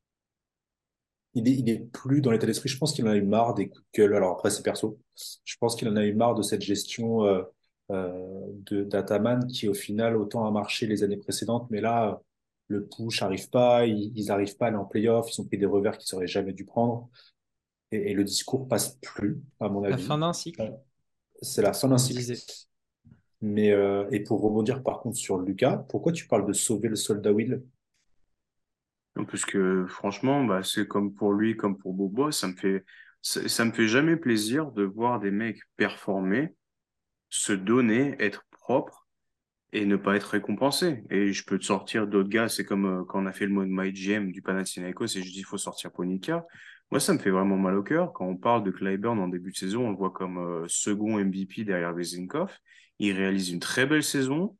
il est, il est plus dans l'état d'esprit. Je pense qu'il en a eu marre des coups de gueule. Alors après, c'est perso. Je pense qu'il en a eu marre de cette gestion euh, euh, de d'Ataman qui, au final, autant a marché les années précédentes, mais là, le push n'arrive pas. Ils, ils arrivent pas à aller en playoff. Ils ont pris des revers qu'ils auraient jamais dû prendre. Et, et le discours passe plus, à mon La avis. fin d'un Euh, cycle, C'est la ce fin d'un qu'on cycle. disait. Mais euh, et pour rebondir par contre sur Lucas, pourquoi tu parles de sauver le soldat Will? Donc, parce que franchement, bah, c'est comme pour lui, comme pour Bobo, ça me fait, ça, ça me fait jamais plaisir de voir des mecs performer, se donner, être propres et ne pas être récompensés. Et je peux te sortir d'autres gars, c'est comme euh, quand on a fait le mode MyGM du Panathinaikos et je dis il faut sortir Ponica. Moi, ça me fait vraiment mal au cœur. Quand on parle de Clyburn en début de saison, on le voit comme euh, second M V P derrière Vezenkov. Il réalise une très belle saison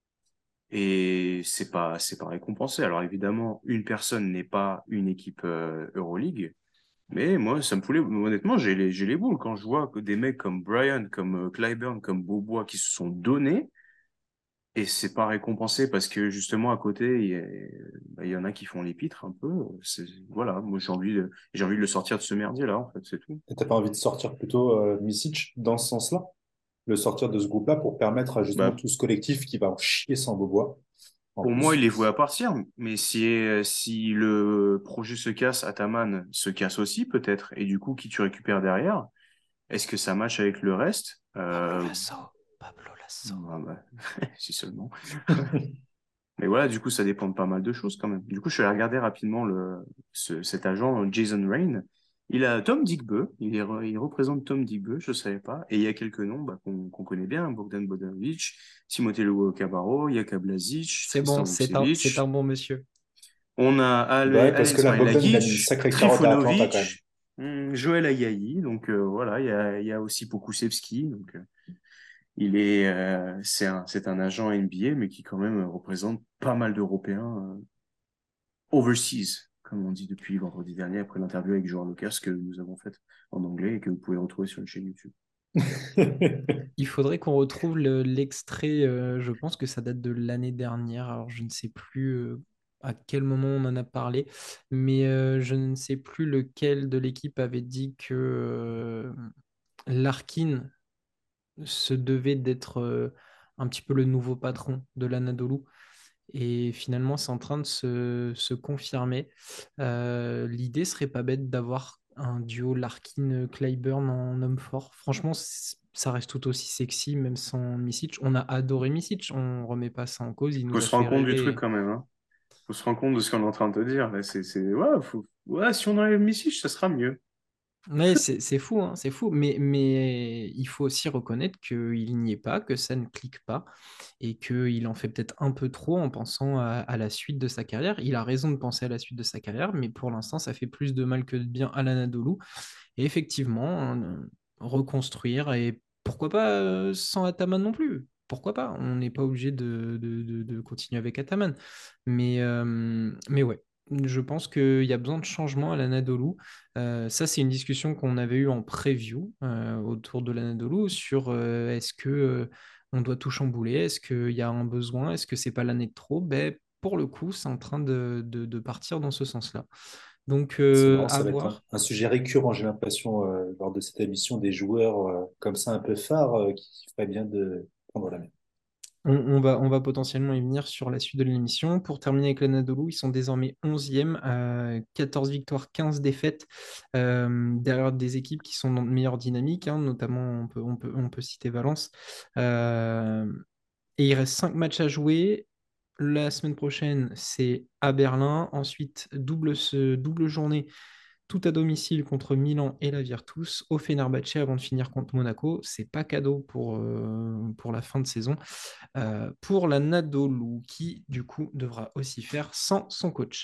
et c'est pas c'est pas récompensé. Alors évidemment, une personne n'est pas une équipe euh, Euroleague, mais moi, ça me fout les... Honnêtement, j'ai les, j'ai les boules quand je vois que des mecs comme Brian, comme euh, Clyburn, comme Bobois qui se sont donnés et c'est pas récompensé parce que justement à côté, il y, a- bah, il y en a qui font les pitres un peu. C'est... Voilà, moi j'ai envie de... j'ai envie de le sortir de ce merdier là, en fait, c'est tout. Et t'as pas envie de sortir plutôt euh, Micic dans ce sens-là? Le sortir de ce groupe-là pour permettre à justement Bah, tout ce collectif qui va en chier sans Beaubois, en pour moi, il est voué plus. à partir, mais si, euh, si le projet se casse, Ataman se casse aussi peut-être, et du coup, qui tu récupères derrière, est-ce que ça match avec le reste? Pablo Euh... Lasso. Pablo Lasso. ah bah, si seulement. Mais voilà, du coup, ça dépend de pas mal de choses quand même. Du coup, je suis allé regarder rapidement le, ce, cet agent, Jason Rain. Il a Tom Digbeu, il, est, re- il représente Tom Digbeu, je savais pas. Et il y a quelques noms bah, qu'on qu'on connaît bien, Bogdan Bogdanovic, Timothée Luo-Cabarro, Jaka Blazic, C'est bon, Tristan c'est un, c'est un Vukcevic. bon monsieur. On a Bah Ale- ouais, parce Alen que là, Bogdan, il a mis une Smailagic, sacrée carotte à Atlanta quand même. Trifunovic, hum, Joël Ayayi. Donc euh, voilà, il y a, il y a aussi Pokusevski. Donc euh, il est, euh, c'est un, c'est un agent N B A, mais qui quand même représente pas mal d'Européens euh, overseas, comme on dit depuis vendredi dernier après l'interview avec Joao Lucas que nous avons faite en anglais et que vous pouvez retrouver sur une chaîne YouTube. Il faudrait qu'on retrouve le- l'extrait, euh, je pense que ça date de l'année dernière, alors je ne sais plus euh, à quel moment on en a parlé, mais euh, je ne sais plus lequel de l'équipe avait dit que euh, Larkin se devait d'être euh, un petit peu le nouveau patron de l'Anadolu. Et finalement, c'est en train de se, se confirmer. Euh, l'idée serait pas bête d'avoir un duo Larkin-Clyburn en homme fort. Franchement, c- ça reste tout aussi sexy, même sans Misic. On a adoré Misic, on remet pas ça en cause, il Faut nous a se rendre fait compte du truc rêver. quand même, hein. Faut se rendre compte de ce qu'on est en train de te dire. Là, c'est, c'est, ouais, faut, ouais, si on enlève Missy, ça sera mieux. Mais c'est c'est fou, hein, c'est fou. Mais, mais il faut aussi reconnaître qu'il n'y est pas, que ça ne clique pas et qu'il en fait peut-être un peu trop en pensant à, à la suite de sa carrière. Il a raison de penser à la suite de sa carrière, mais pour l'instant, ça fait plus de mal que de bien à l'Anadolu. Et effectivement, euh, reconstruire et pourquoi pas euh, sans Ataman non plus. Pourquoi pas? On n'est pas obligé de, de- de- de continuer avec Ataman. Mais, euh, mais ouais, je pense qu'il y a besoin de changement à l'Anadolu. Euh, ça, c'est une discussion qu'on avait eue en preview euh, autour de l'Anadolu sur euh, est-ce que euh, on doit tout chambouler? Est-ce qu'il y a un besoin? Est-ce que c'est pas l'année de trop? Ben, pour le coup, c'est en train de, de- de partir dans ce sens-là. Donc, C'est euh, marrant, à ça va être un, voir. un sujet récurrent, j'ai l'impression, euh, lors de cette émission, des joueurs euh, comme ça un peu phares euh, qui feraient bien de prendre la main. On, on va, on va potentiellement y venir sur la suite de l'émission. Pour terminer avec l'Anadolu, ils sont désormais onzième, euh, quatorze victoires, quinze défaites, euh, derrière des équipes qui sont dans de meilleures dynamiques, hein, notamment on peut, on peut, on peut citer Valence. Euh, et il reste cinq matchs à jouer. La semaine prochaine, c'est à Berlin. Ensuite, double, ce- double journée tout à domicile contre Milan et la Virtus, au Fenerbahçe avant de finir contre Monaco. C'est pas cadeau pour, euh, pour la fin de saison. Euh, pour la Nadolu, qui du coup devra aussi faire sans son coach.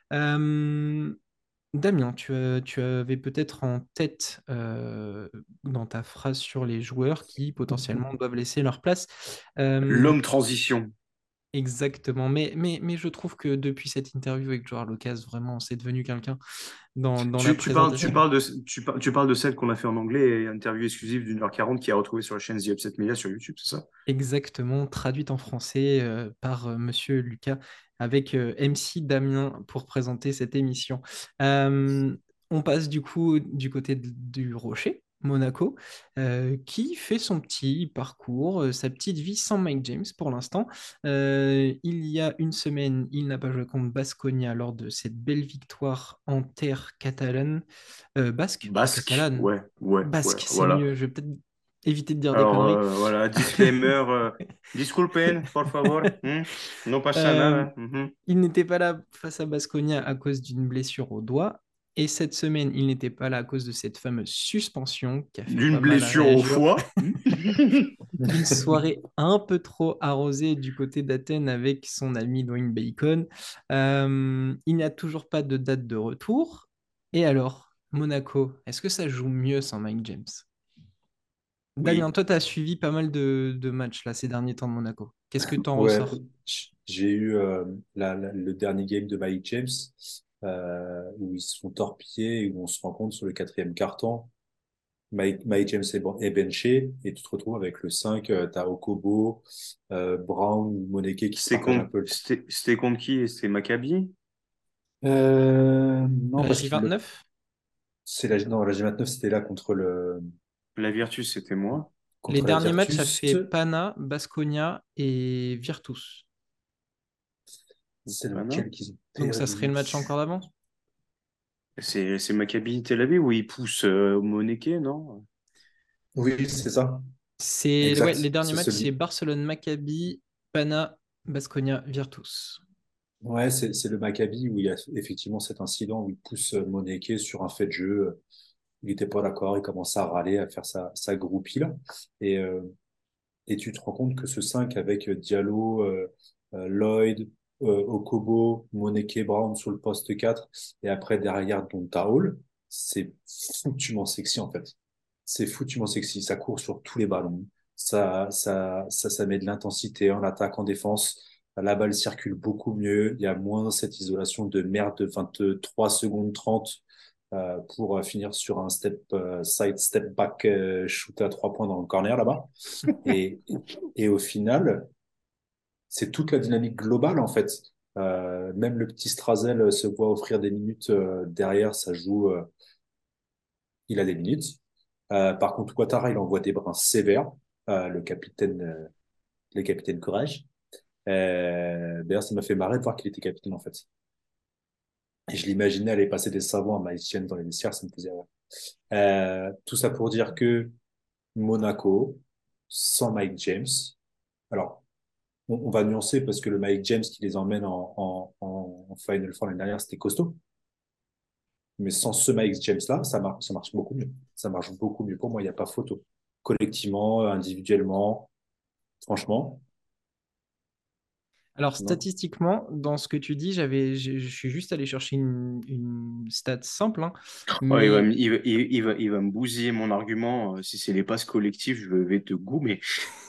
Euh, Damien, tu, as- tu avais peut-être en tête euh, dans ta phrase sur les joueurs qui potentiellement doivent laisser leur place. Euh, L'homme transition. Exactement, mais, mais, mais je trouve que depuis cette interview avec Joao Lucas, vraiment, c'est devenu quelqu'un dans, dans la Tu, tu parles, tu présentation. parles de, tu, par- tu parles de celle qu'on a fait en anglais et interview exclusive d'une heure quarante qui a retrouvé sur la chaîne The Upset Media sur YouTube, c'est ça? Exactement, traduite en français euh, par euh, Monsieur Lucas avec euh, M C Damien pour présenter cette émission. Euh, on passe du coup du côté de- du Rocher, Monaco, euh, qui fait son petit parcours, euh, sa petite vie sans Mike James pour l'instant. Euh, il y a une semaine, il n'a pas joué contre Baskonia lors de cette belle victoire en terre catalane, euh, basque ou Basque, catalane. ouais, ouais, ouais, Basque, c'est voilà. mieux. Je vais peut-être éviter de dire des Alors conneries. euh, voilà, disclaimer, euh, disculpen, por favor, hmm, no pasa Euh, nada. Mhm. il n'était pas là face à Baskonia à cause d'une blessure au doigt. Et cette semaine, il n'était pas là à cause de cette fameuse suspension qui a fait D'une pas mal blessure au réagir. foie. Une soirée un peu trop arrosée du côté d'Athènes avec son ami Dwayne Bacon. Euh, il n'y a toujours pas de date de retour. Et alors, Monaco, est-ce que ça joue mieux sans Mike James? Damien, Oui. toi, tu as suivi pas mal de, de matchs là, ces derniers temps de Monaco. Qu'est-ce que tu en Ouais, ressors? j- j'ai eu euh, la- la- le dernier game de Mike James euh, où ils se font torpiller et où on se rend compte sur le quatrième quart-temps, Mike, Mike James est, ban- est benché et tu te retrouves avec le cinq, euh, t'as Okobo, euh, Brown, Moneke qui se C'était partagent un contre, peu le temps. c'était, c'était contre qui? C'était Maccabi? Euh, non, La parce qu'il le, J vingt-neuf? c'est la, non, la G vingt-neuf, c'était là contre le, La Virtus, c'était moi. Les contre la derniers matchs, ça Virtus. fait Pana, Baskonia et Virtus. C'est Ah non? lequel qu'ils ont Donc ça serait le perdu? match encore d'avant? C'est, c'est Maccabi Tel Aviv où il pousse euh, Moneke, non? Oui, c'est ça. C'est ouais, les Exact. derniers C'est matchs, c'est celui. Barcelone, Maccabi, Pana, Baskonia, Virtus. Ouais, c'est c'est le Maccabi où il y a effectivement cet incident où il pousse euh, Moneke sur un fait de jeu. Il n'était pas d'accord, il commence à râler, à faire sa, sa groupie là. Et, euh, et tu te rends compte que ce cinq avec euh, Diallo, euh, euh, Lloyd, euh, Okobo, Moneke, Brown sur le poste quatre et après derrière Donta Hall, c'est foutument sexy en fait. C'est foutument sexy. Ça court sur tous les ballons. Ça, ça, ça, ça met de l'intensité en attaque, en défense. La balle circule beaucoup mieux. Il y a moins cette isolation de merde de vingt-trois secondes trente euh, pour euh, finir sur un step euh, side step back euh, shoot à trois points dans le corner là-bas. Et, et au final, c'est toute la dynamique globale en fait. Euh, même le petit Strazel se voit offrir des minutes euh, derrière, ça joue, euh, il a des minutes. Euh, par contre, Ouattara, il envoie des brins sévères, euh, le capitaine, euh, le capitaine Courage. Euh, d'ailleurs, ça m'a fait marrer de voir qu'il était capitaine en fait. Et je l'imaginais aller passer des savons à Maïtienne dans les vestiaires, ça me faisait rire. Euh, tout ça pour dire que Monaco, sans Mike James, alors on, on va nuancer parce que le Mike James qui les emmène en, en, en, en Final Four l'année dernière, c'était costaud. Mais sans ce Mike James-là, ça marche, ça marche beaucoup mieux. Ça marche beaucoup mieux. Pour moi, il n'y a pas photo. Collectivement, individuellement, franchement, Alors non. statistiquement, dans ce que tu dis, j'avais, je, je suis juste allé chercher une, une stat simple, hein, Oh, il va, mais me- il va, il, il va, il va me bousiller mon argument. Euh, Si c'est les passes collectives, je vais te goumer.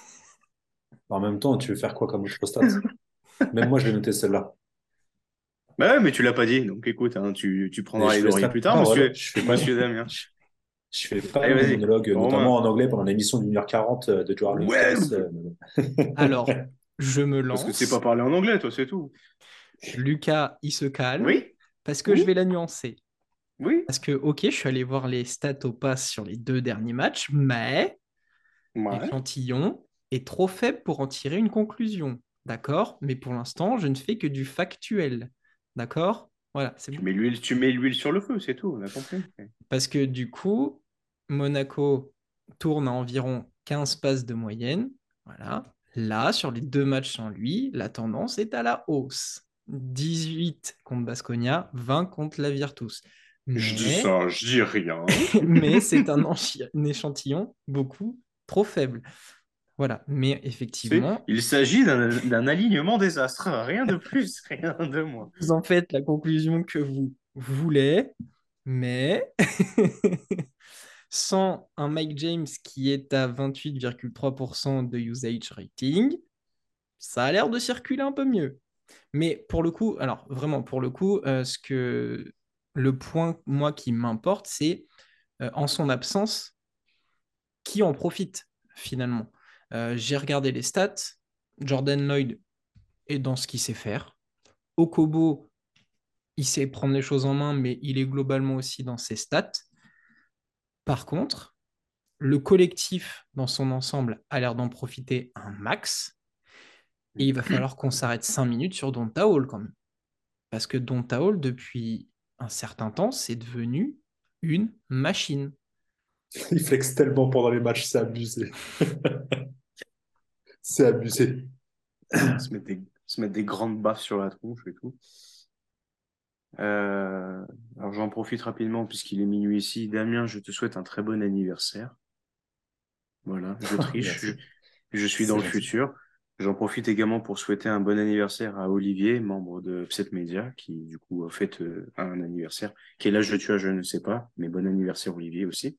En même temps, tu veux faire quoi comme autre stat? Même moi, je vais noter celle-là. Bah ouais, mais tu l'as pas dit. Donc écoute, hein, tu, tu Et prendras je les fais lauriers stat plus tard, parole. monsieur, Je fais pas, monsieur Damien. je, je fais pas Allez, mon vas-y. monologue, notamment Romain. en anglais pendant l'émission d'une heure quarante de Joe Ouais, Lucas. euh, alors je me parce que c'est pas lance. parler en anglais, toi, c'est tout. Lucas, il se calme Oui, parce que je vais oui, la nuancer. oui. Parce que, ok, je suis allé voir les stats au pass sur les deux derniers matchs, mais Ouais. l'échantillon est trop faible pour en tirer une conclusion. D'accord? Mais pour l'instant, je ne fais que du factuel. D'accord? Voilà, c'est Tu bon. mets l'huile, tu mets l'huile sur le feu, c'est tout, on a compris. Parce que du coup, Monaco tourne à environ quinze passes de moyenne. Voilà. Là, sur les deux matchs sans lui, la tendance est à la hausse. dix-huit contre Baskonia, vingt contre la Virtus. Je dis Mais, ça, je dis rien. mais c'est un, un échantillon beaucoup trop faible. Voilà. Mais C'est, effectivement, il s'agit d'un d'un alignement désastre, rien de plus, rien de moins. vous en faites la conclusion que vous voulez, mais sans un Mike James qui est à vingt-huit virgule trois pour cent de usage rating, ça a l'air de circuler un peu mieux. Mais pour le coup, alors vraiment pour le coup, euh, ce que le point moi qui m'importe, c'est euh, en son absence, qui en profite finalement. Euh, j'ai regardé les stats. Jordan Lloyd est dans ce qu'il sait faire. Okobo, il sait prendre les choses en main, mais il est globalement aussi dans ses stats. Par contre, le collectif dans son ensemble a l'air d'en profiter un max. Et il va falloir qu'on s'arrête cinq minutes sur Donta Hall quand même. Parce que Donta Hall, depuis un certain temps, c'est devenu une machine. il flex tellement pendant les matchs, c'est abusé. C'est abusé. Se mettre des, se mettre des grandes baffes sur la tronche et tout. Euh, Alors j'en profite rapidement puisqu'il est minuit ici. Damien, je te souhaite un très bon anniversaire. Voilà, je triche, je, Merci, je suis dans c'est le gentil. futur. J'en profite également pour souhaiter un bon anniversaire à Olivier, membre de Upset Media, qui du coup fête euh, un anniversaire. Quel âge tu as, je ne sais pas, mais bon anniversaire Olivier aussi.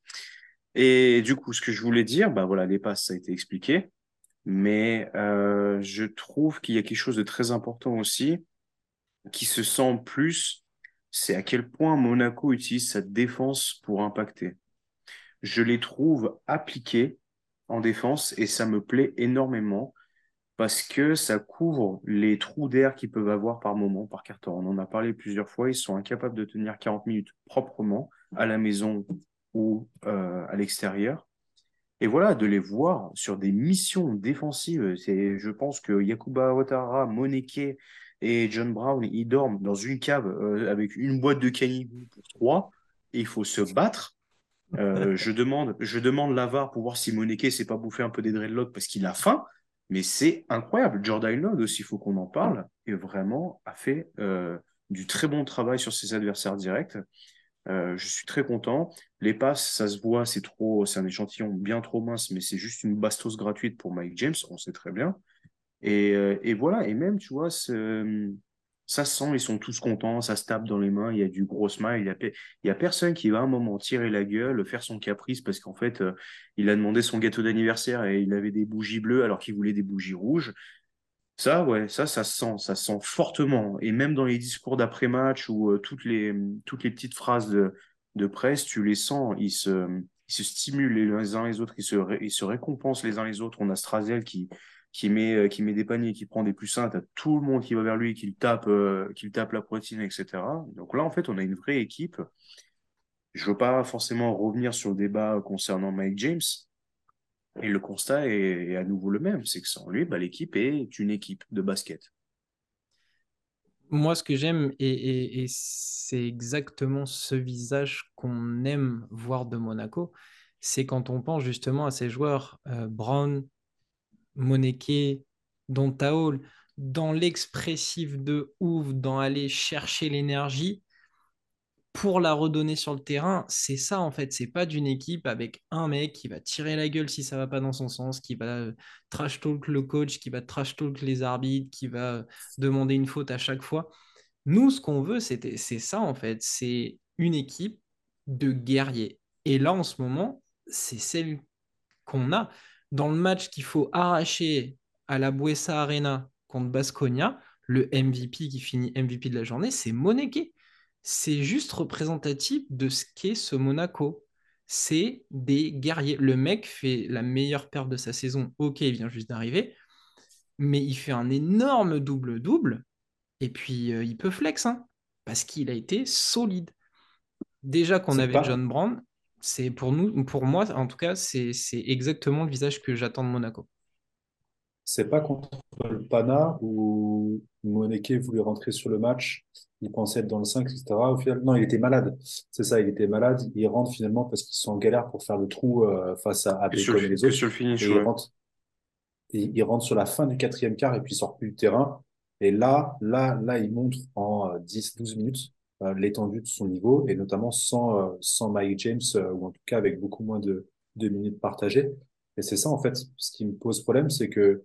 Et du coup, ce que je voulais dire, bah voilà, les passes, ça a été expliqué, mais euh, je trouve qu'il y a quelque chose de très important aussi, qui se sent plus, c'est à quel point Monaco utilise sa défense pour impacter. Je les trouve appliqués en défense et ça me plaît énormément parce que ça couvre les trous d'air qu'ils peuvent avoir par moment, par carton. On en a parlé plusieurs fois, ils sont incapables de tenir quarante minutes proprement à la maison ou euh, à l'extérieur. Et voilà, de les voir sur des missions défensives. C'est, je pense que Yakuba Ouattara, Moneke et John Brown, ils dorment dans une cave euh, avec une boîte de canigou pour trois et il faut se battre. Euh, je demande, je demande l'A V A R pour voir si Moneke s'est pas bouffé un peu des dreadlocks parce qu'il a faim. Mais c'est incroyable. Jordan Love aussi, il faut qu'on en parle, et vraiment a fait euh, du très bon travail sur ses adversaires directs. Euh, je suis très content. Les passes, ça se voit, c'est trop, c'est un échantillon bien trop mince, mais c'est juste une bastos gratuite pour Mike James, on sait très bien. Et, euh, et voilà, et même, tu vois, ce- ça se sent, ils sont tous contents, ça se tape dans les mains, il y a du gros smile, il y a, pe- il y a personne qui va à un moment tirer la gueule, faire son caprice parce qu'en fait, euh, il a demandé son gâteau d'anniversaire et il avait des bougies bleues alors qu'il voulait des bougies rouges. Ça, ouais, ça, ça se sent, ça se sent fortement. Et même dans les discours d'après-match ou euh, toutes les, toutes les petites phrases de, de presse, tu les sens, ils se, ils se stimulent les uns les autres, ils se, ré- ils se récompensent les uns les autres. On a Strazel qui, qui met, euh, qui met des paniers, qui prend des plus sains, t'as tout le monde qui va vers lui, qui le tape, euh, qui le tape la poitrine, et cetera. Donc là, en fait, on a une vraie équipe. Je veux pas forcément revenir sur le débat concernant Mike James. Et le constat est, est à nouveau le même, c'est que sans lui, bah, l'équipe est une équipe de basket. Moi, ce que j'aime, et, et- et c'est exactement ce visage qu'on aime voir de Monaco, c'est quand on pense justement à ces joueurs, euh, Brown, Moneke, Donta Hall, dans l'expressif de ouf, dans aller chercher l'énergie pour la redonner sur le terrain. C'est ça en fait, c'est pas d'une équipe avec un mec qui va tirer la gueule si ça va pas dans son sens, qui va euh, trash talk le coach, qui va trash talk les arbitres, qui va euh, demander une faute à chaque fois. Nous, ce qu'on veut, c'était, c'est ça en fait, c'est une équipe de guerriers. Et là, en ce moment, c'est celle qu'on a dans le match qu'il faut arracher à la Buesa Arena contre Baskonia. Le M V P qui finit M V P de la journée, c'est Moneke. C'est juste représentatif de ce qu'est ce Monaco. C'est des guerriers. Le mec fait la meilleure perte de sa saison. Ok, il vient juste d'arriver, mais il fait un énorme double-double. Et puis, euh, il peut flex, hein, parce qu'il a été solide. Déjà qu'on C'est avait pas, John Brand, c'est pour nous, pour moi, en tout cas, c'est c'est exactement le visage que j'attends de Monaco. c'est pas contre le Pana où Moneke voulait rentrer sur le match. Il pensait être dans le cinq, et cetera. Au final, non, il était malade. C'est ça, il était malade. Il rentre finalement parce qu'ils sont en galère pour faire le trou euh, face à, à Que sur le, Bacon et fi- les que autres. sur le finish, Et il ouais. rentre, et il rentre sur la fin du quatrième quart et puis il sort plus du terrain. Et là, là, là, il montre en euh, dix, douze minutes euh, l'étendue de son niveau et notamment sans, euh, sans Mike James euh, ou en tout cas avec beaucoup moins de, de minutes partagées. Et c'est ça, en fait, ce qui me pose problème, c'est que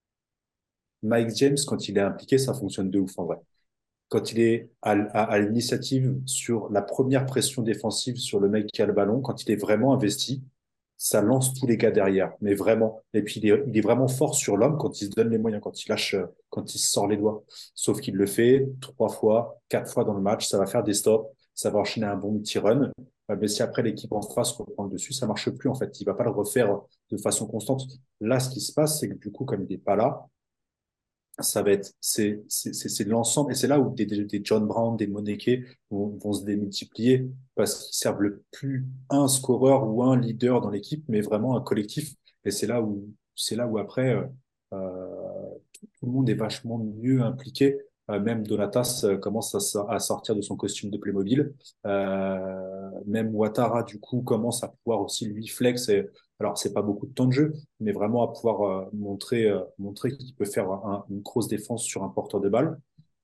Mike James, quand il est impliqué, ça fonctionne de ouf en vrai. Quand il est à, à, à l'initiative sur la première pression défensive sur le mec qui a le ballon, quand il est vraiment investi, ça lance tous les gars derrière, mais vraiment. Et puis il est, il est vraiment fort sur l'homme quand il se donne les moyens, quand il lâche, euh, quand il se sort les doigts. Sauf qu'il le fait trois fois, quatre fois dans le match, ça va faire des stops, ça va enchaîner un bon petit run. Euh, Mais si après l'équipe en face reprend le dessus, ça marche plus en fait. Il va pas le refaire de façon constante. Là, ce qui se passe, c'est que du coup, comme il n'est pas là, ça va être, c'est, c'est, c'est c'est de l'ensemble. Et c'est là où des, des, des John Brown, des Moneke vont, vont se démultiplier parce qu'ils servent le plus un scoreur ou un leader dans l'équipe, mais vraiment un collectif. Et c'est là où, c'est là où après, euh, euh, tout le monde est vachement mieux impliqué. Euh, même Donatas euh, commence à, so- à sortir de son costume de Playmobil. Euh, même Ouattara, du coup, commence à pouvoir aussi lui flex. Et, alors, c'est pas beaucoup de temps de jeu, mais vraiment à pouvoir euh, montrer, euh, montrer qu'il peut faire un- une grosse défense sur un porteur de balle.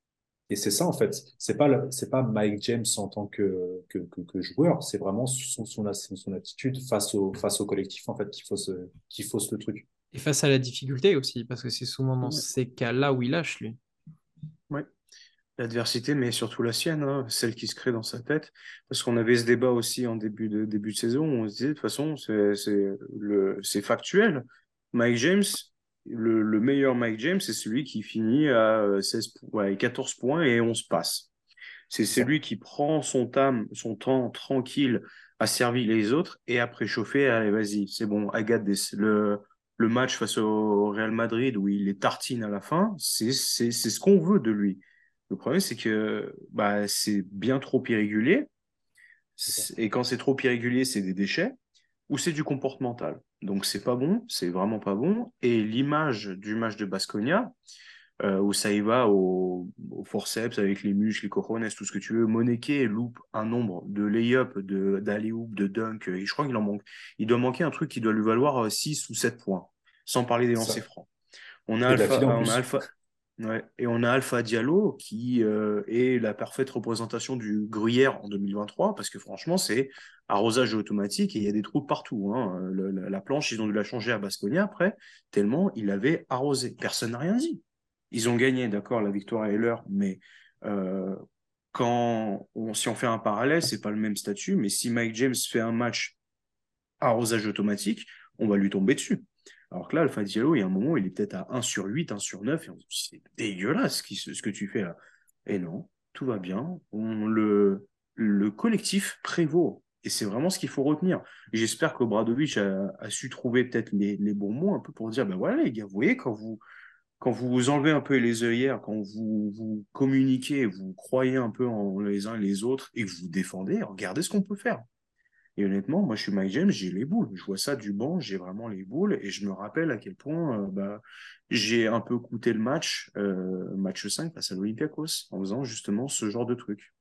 Et c'est ça, en fait. C'est pas, le- c'est pas Mike James en tant que, que, que, que joueur. C'est vraiment son, son, son attitude face au, face au collectif, en fait, qui fausse, qui fausse le truc. Et face à la difficulté aussi, parce que c'est souvent dans Ouais. ces cas-là où il lâche, lui. Ouais. L'adversité, mais surtout la sienne, hein, celle qui se crée dans sa tête. Parce qu'on avait ce débat aussi en début de, début de saison, où on se disait, de toute façon, c'est, c'est, le, c'est factuel. Mike James, le, le meilleur Mike James, c'est celui qui finit à seize, po- ouais, quatorze points et onze passes. C'est C'est ça. celui qui prend son temps, son temps tranquille à servir les autres et à préchauffer. Allez, vas-y, c'est bon, I got this. Le, le match face au Real Madrid où il est tartine à la fin, c'est, c'est, c'est ce qu'on veut de lui. Le problème, c'est que bah, c'est bien trop irrégulier. C'est ça. Et quand c'est trop irrégulier, c'est des déchets ou c'est du comportemental. Donc, c'est pas bon, c'est vraiment pas bon. Et l'image du match de Basconia, euh, où ça y va au, au forceps avec les muscles, les cojones, tout ce que tu veux. Moneke loupe un nombre de lay-up, de, d'alley-oop, de dunk, et je crois qu'il en manque. Il doit manquer un truc qui doit lui valoir euh, six ou sept points, sans parler des C'est lancers ça. francs. On a Et Alpha, d'affilée, en euh, on a plus. Alpha, ouais, et on a Alpha Diallo qui euh, est la parfaite représentation du gruyère en deux mille vingt-trois, parce que franchement, c'est arrosage automatique et il y a des trous partout. Hein. Le- la, la planche, ils ont dû la changer à Baskonia après, tellement il avait arrosé. Personne n'a rien dit. Ils ont gagné, d'accord, la victoire est leur, mais euh, quand on, si on fait un parallèle, c'est pas le même statut, mais si Mike James fait un match arrosage automatique, on va lui tomber dessus. Alors que là, Alpha Diallo, il y a un moment, il est peut-être à un sur huit, un sur neuf, et on se dit, c'est dégueulasse ce, qui, ce que tu fais là. Et non, tout va bien. On, le, le collectif prévaut. Et c'est vraiment ce qu'il faut retenir. J'espère qu'Obradovic a, a su trouver peut-être les, les bons mots un peu pour dire, ben voilà les gars, vous voyez, quand vous, quand vous vous enlevez un peu les œillères, quand vous, vous communiquez, vous croyez un peu en les uns et les autres et que vous défendez, regardez ce qu'on peut faire. Et honnêtement, moi, je suis Mike James, j'ai les boules. Je vois ça du banc, j'ai vraiment les boules. Et je me rappelle à quel point euh, bah, j'ai un peu coûté le match, euh, match cinq face à l'Olympiakos, en faisant justement ce genre de truc.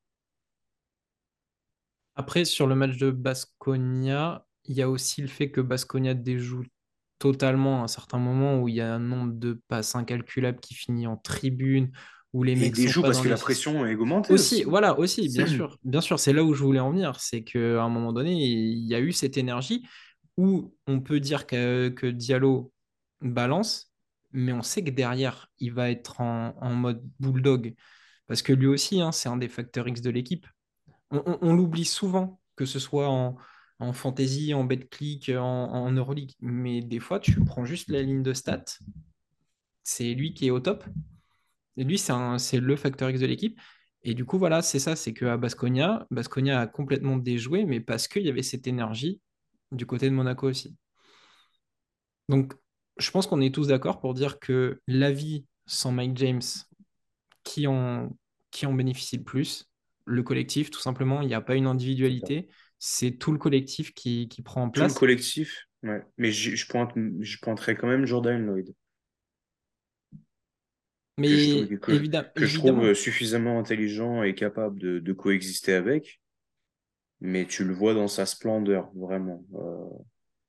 Après, sur le match de Baskonia, il y a aussi le fait que Baskonia déjoue totalement à un certain moment où il y a un nombre de passes incalculables qui finit en tribune, où les Et mecs des sont joues pas parce dans que les... la pression est augmentée Aussi, aussi. voilà, aussi, bien sûr, bien sûr, c'est là où je voulais en venir, c'est qu'à un moment donné, il y a eu cette énergie où on peut dire que, que Diallo balance, mais on sait que derrière, il va être en, en mode bulldog, parce que lui aussi, hein, c'est un des facteurs X de l'équipe. On, on- on l'oublie souvent, que ce soit en, en fantasy, en betclic, en, en Euroleague, mais des fois, tu prends juste la ligne de stats, c'est lui qui est au top. Et lui, c'est un- c'est le facteur X de l'équipe. Et du coup, voilà, c'est ça, c'est qu'à Basconia, Basconia a complètement déjoué, mais parce qu'il y avait cette énergie du côté de Monaco aussi. Donc, je pense qu'on est tous d'accord pour dire que la vie sans Mike James, qui en, qui en bénéficie le plus? Le collectif, tout simplement. Il n'y a pas une C'est clair. individualité, c'est tout le collectif qui, qui prend en Tout le place. collectif, ouais. Mais je, je, pointe, je pointerais quand même Jordan Lloyd, que je, Mais que, évidemment, que je trouve évidemment, suffisamment intelligent et capable de, de coexister avec. Mais tu le vois dans sa splendeur, vraiment. Euh,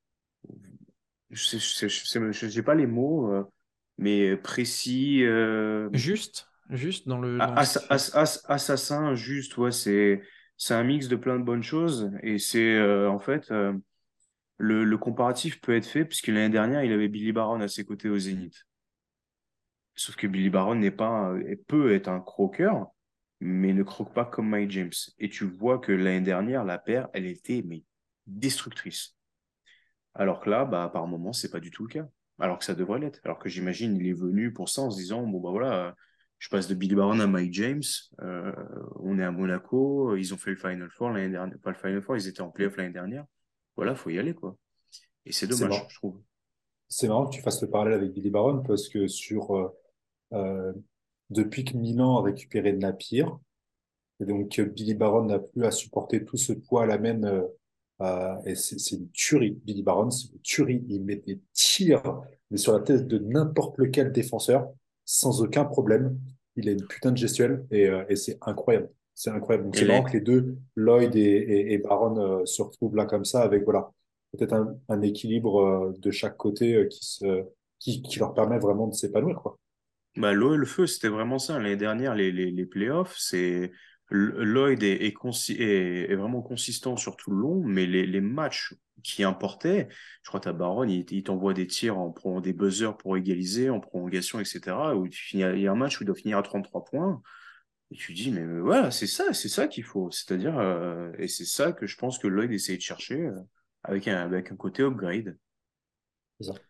je sais, je sais, je sais pas les mots, euh, mais précis, euh, juste, juste dans le, dans ce qu'il ass- fait. ass- ass- assassin, juste, ouais, c'est, c'est un mix de plein de bonnes choses. Et c'est, euh, en fait, euh, le, le comparatif peut être fait, puisque l'année dernière, il avait Billy Baron à ses côtés au Zénith. Sauf que Billy Baron n'est pas, un- et peut être un croqueur, mais ne croque pas comme Mike James. Et tu vois que l'année dernière, la paire, elle était, mais destructrice. Alors que là, bah, par moment, c'est pas du tout le cas. Alors que ça devrait l'être. Alors que j'imagine, il est venu pour ça en se disant, bon, bah voilà, euh, je passe de Billy Baron à Mike James, euh, on est à Monaco, ils ont fait le Final Four l'année dernière, pas le Final Four, ils étaient en playoff l'année dernière. Voilà, faut y aller, quoi. Et c'est C'est dommage, marrant. je trouve. C'est marrant que tu fasses le parallèle avec Billy Baron parce que sur, euh, euh, depuis que Milan a récupéré Napier, et donc euh, Billy Baron n'a plus à supporter tout ce poids à la main, euh, euh, et c'est c'est une tuerie. Billy Baron, c'est une tuerie. Il met des tirs mais sur la tête de n'importe lequel défenseur sans aucun problème. Il a une putain de gestuelle et, euh, et c'est incroyable. C'est incroyable. Donc Et c'est marrant que les, les deux, Lloyd et, et, et Baron, euh, se retrouvent là comme ça avec voilà peut-être un, un équilibre euh, de chaque côté euh, qui se qui, qui leur permet vraiment de s'épanouir quoi. Bah, l'eau et le feu, c'était vraiment ça. L'année dernière, les, les, les playoffs, c'est L- Lloyd est, est, consi- est, est vraiment consistant sur tout le long, mais les, les matchs qui importaient, je crois que t'as Baron, il, il t'envoie des tirs en prenant des buzzers pour égaliser, en prolongation, et cetera. Où tu finis, à- il y a un match où il doit finir à trente-trois points, et tu dis, mais voilà, c'est ça, c'est ça qu'il faut. C'est-à-dire, euh, et c'est ça que je pense que Lloyd essaie de chercher euh, avec un, avec un côté upgrade. C'est ça.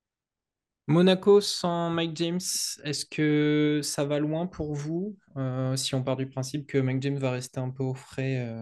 Monaco sans Mike James, est-ce que ça va loin pour vous? Euh, si on part du principe que Mike James va rester un peu au frais euh,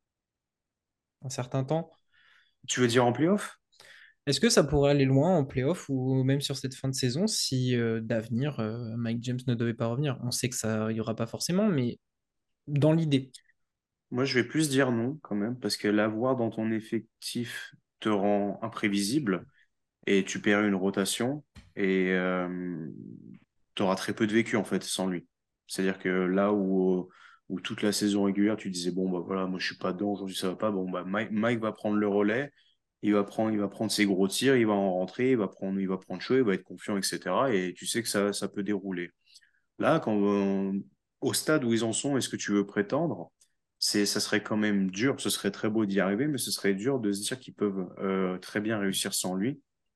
un certain temps, Tu veux dire en playoff? est-ce que ça pourrait aller loin en playoff ou même sur cette fin de saison si euh, d'avenir euh, Mike James ne devait pas revenir? On sait que ça y aura pas forcément, mais dans l'idée. Moi, je vais plus dire non quand même, parce que l'avoir dans ton effectif te rend imprévisible et tu perds une rotation et euh, tu auras très peu de vécu en fait sans lui. C'est-à-dire que là où, où toute la saison régulière, tu disais, bon, bah voilà, moi je suis pas dedans, aujourd'hui ça va pas, bon, bah Mike, Mike va prendre le relais, il va prendre, il va prendre ses gros tirs, il va en rentrer, il va prendre, il va prendre chaud, il va être confiant, et cetera. Et tu sais que ça, ça peut dérouler. Là, quand, euh, au stade où ils en sont, est-ce que tu veux prétendre? C'est, ça serait quand même dur, ce serait très beau d'y arriver, mais ce serait dur de se dire qu'ils peuvent euh, très bien réussir sans lui.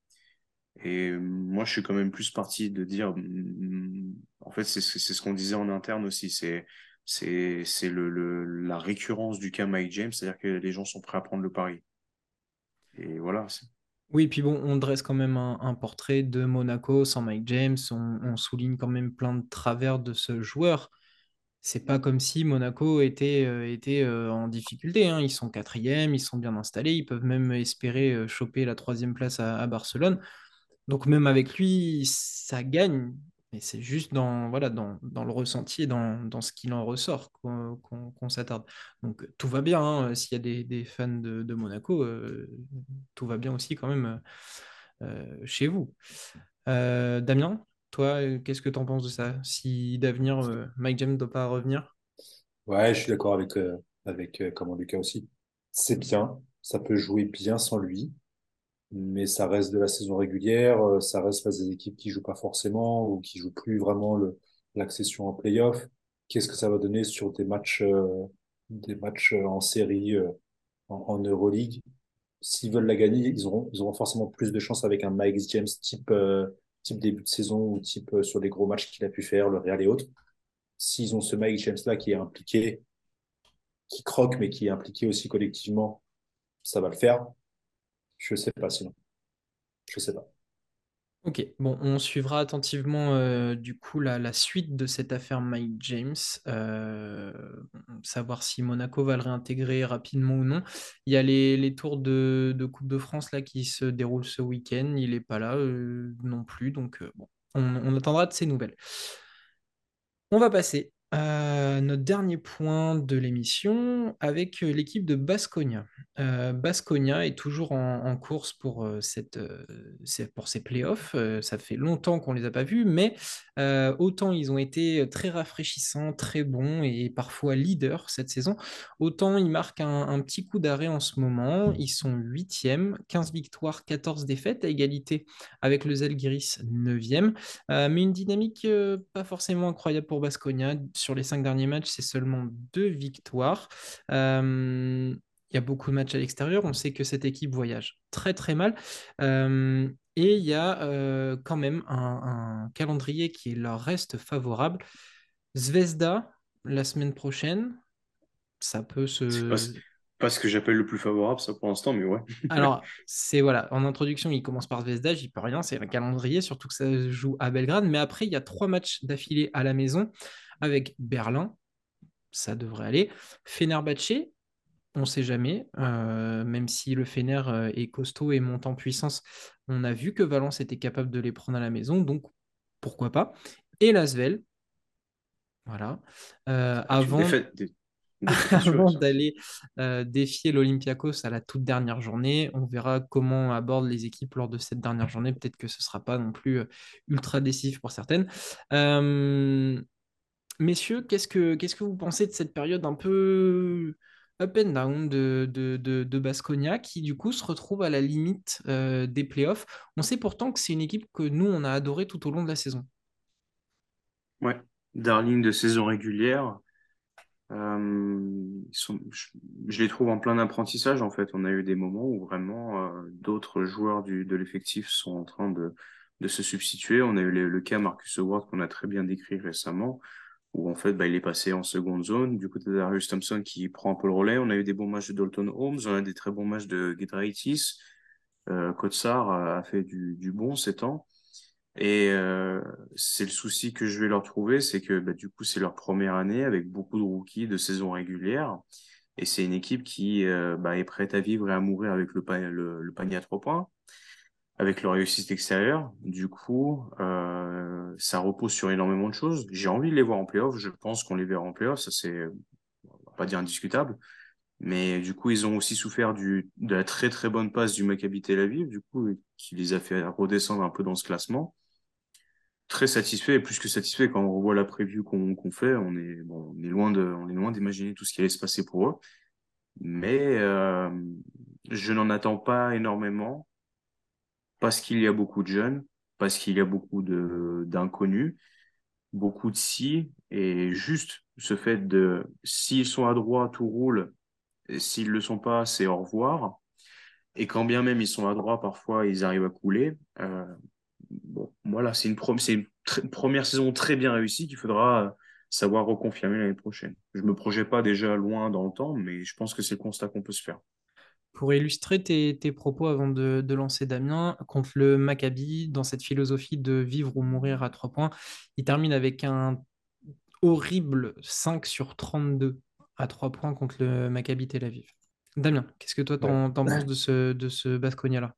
Et euh, moi, je suis quand même plus parti de dire, mm, en fait, c'est c'est ce qu'on disait en interne aussi, c'est c'est c'est le, le la récurrence du cas Mike James, c'est-à-dire que les gens sont prêts à prendre le pari. Et voilà. c'est- Oui, puis bon, on dresse quand même un, un portrait de Monaco sans Mike James. On, on souligne quand même plein de travers de ce joueur. C'est pas comme si Monaco était, euh, était euh, en difficulté, hein. Ils sont quatrième, ils sont bien installés, ils peuvent même espérer euh, choper la troisième place à, à Barcelone. Donc même avec lui, ça gagne. Mais c'est juste dans, voilà, dans, dans le ressenti et dans, dans ce qu'il en ressort qu'on qu'on- qu'on s'attarde. Donc tout va bien, hein. S'il y a des, des fans de, de Monaco, euh, tout va bien aussi quand même euh, chez vous. Euh, Damien, toi, euh, qu'est-ce que tu en penses de ça? Si d'avenir, euh, Mike James ne doit pas revenir? Ouais, je suis d'accord avec, euh, avec euh, comment Lucas aussi. C'est bien, ça peut jouer bien sans lui, mais ça reste de la saison régulière, euh, ça reste face à des équipes qui jouent pas forcément ou qui jouent plus vraiment le, l'accession en playoff. Qu'est-ce que ça va donner sur des matchs, euh, des matchs euh, en série, euh, en, en Euroleague? S'ils veulent la gagner, ils auront, ils auront forcément plus de chance avec un Mike James type, euh, type début de saison ou type euh, sur les gros matchs qu'il a pu faire, le Real et autres. S'ils ont ce Mike James-là qui est impliqué, qui croque, mais qui est impliqué aussi collectivement, ça va le faire. Je sais pas sinon. Je sais pas. Ok, bon, on suivra attentivement euh, du coup la, la suite de cette affaire Mike James, euh, savoir si Monaco va le réintégrer rapidement ou non. Il y a les, les tours de, de Coupe de France là qui se déroulent ce week-end, il n'est pas là euh, non plus, donc euh, bon, on, on attendra de ses nouvelles. On va passer à notre dernier point de l'émission avec euh, l'équipe de Basconia. Euh, Basconia est toujours en, en course pour, euh, cette, euh, c'est- pour ces playoffs. Euh, ça fait longtemps qu'on ne les a pas vus, mais euh, autant ils ont été très rafraîchissants, très bons et parfois leaders cette saison, autant ils marquent un, un petit coup d'arrêt en ce moment. Ils sont huitièmes, quinze victoires, quatorze défaites, à égalité avec le Zalgiris neuvième. Euh, mais une dynamique euh, pas forcément incroyable pour Baskonia. Sur les cinq derniers matchs, c'est seulement deux victoires. Euh, Il y a beaucoup de matchs à l'extérieur. On sait que cette équipe voyage très très mal. Euh, et il y a euh, quand même un, un calendrier qui leur reste favorable. Zvezda, la semaine prochaine, ça peut C'est pas, se... pas ce que j'appelle le plus favorable, ça pour l'instant, mais ouais. Alors, c'est voilà, en introduction, il commence par Zvezda, j'y peux rien, c'est un calendrier, surtout que ça se joue à Belgrade. Mais après, il y a trois matchs d'affilée à la maison avec Berlin, ça devrait aller. Fenerbahçe, on ne sait jamais, euh, même si le Fener euh, est costaud et monte en puissance, on a vu que Valence était capable de les prendre à la maison, donc pourquoi pas. Et l'Asvel, voilà. Euh, Avec une avant défaite, une défaite assurée, avant ça. d'aller euh, défier l'Olympiakos à la toute dernière journée. On verra comment abordent les équipes lors de cette dernière journée. Peut-être que ce ne sera pas non plus euh, ultra décisif pour certaines. Euh, Messieurs, qu'est-ce que, qu'est-ce que vous pensez de cette période un peu up and down de, de, de, de Baskonia qui du coup se retrouve à la limite euh, des playoffs? On sait pourtant que c'est une équipe que nous, on a adorée tout au long de la saison. Ouais, darling de saison régulière. Euh, ils sont, je, je les trouve en plein apprentissage en fait. On a eu des moments où vraiment euh, d'autres joueurs du, de l'effectif sont en train de, de se substituer. On a eu le, le cas Marcus Howard qu'on a très bien décrit récemment, où en fait bah, il est passé en seconde zone. Du côté de Darius Thompson qui prend un peu le relais. On a eu des bons matchs de Dalton Holmes, on a des très bons matchs de Giedraitis. Euh, Kotsar a fait du, du bon ces temps. Et euh, c'est le souci que je vais leur trouver, c'est que bah, du coup c'est leur première année avec beaucoup de rookies de saison régulière. Et c'est une équipe qui euh, bah, est prête à vivre et à mourir avec le, pa- le, le panier à trois points, avec leur réussite extérieure. Du coup, euh, ça repose sur énormément de choses. J'ai envie de les voir en playoff. Je pense qu'on les verra en playoff. Ça, c'est, on va pas dire indiscutable. Mais du coup, ils ont aussi souffert du, de la très très bonne passe du Maccabi Tel Aviv, du coup, qui les a fait redescendre un peu dans ce classement. Très satisfait, et plus que satisfait quand on revoit la preview qu'on qu'on fait, on est bon, on est loin de, on est loin d'imaginer tout ce qui allait se passer pour eux. Mais euh, je n'en attends pas énormément parce qu'il y a beaucoup de jeunes, parce qu'il y a beaucoup de d'inconnus, beaucoup de si, et juste ce fait de s'ils sont à droite, tout roule, et s'ils le sont pas, c'est au revoir. Et quand bien même ils sont à droite, parfois ils arrivent à couler. Euh, bon, voilà, c'est une, pro- c'est une tr- première saison très bien réussie qu'il faudra euh, savoir reconfirmer l'année prochaine. Je me projette pas déjà loin dans le temps, mais je pense que c'est le constat qu'on peut se faire. Pour illustrer tes, tes propos avant de, de lancer Damien, contre le Maccabi, dans cette philosophie de vivre ou mourir à trois points, il termine avec un horrible cinq sur trente-deux à trois points contre le Maccabi Tel Aviv. Damien, qu'est-ce que toi Ouais. t'en, t'en penses de ce, de ce Baskonia-là?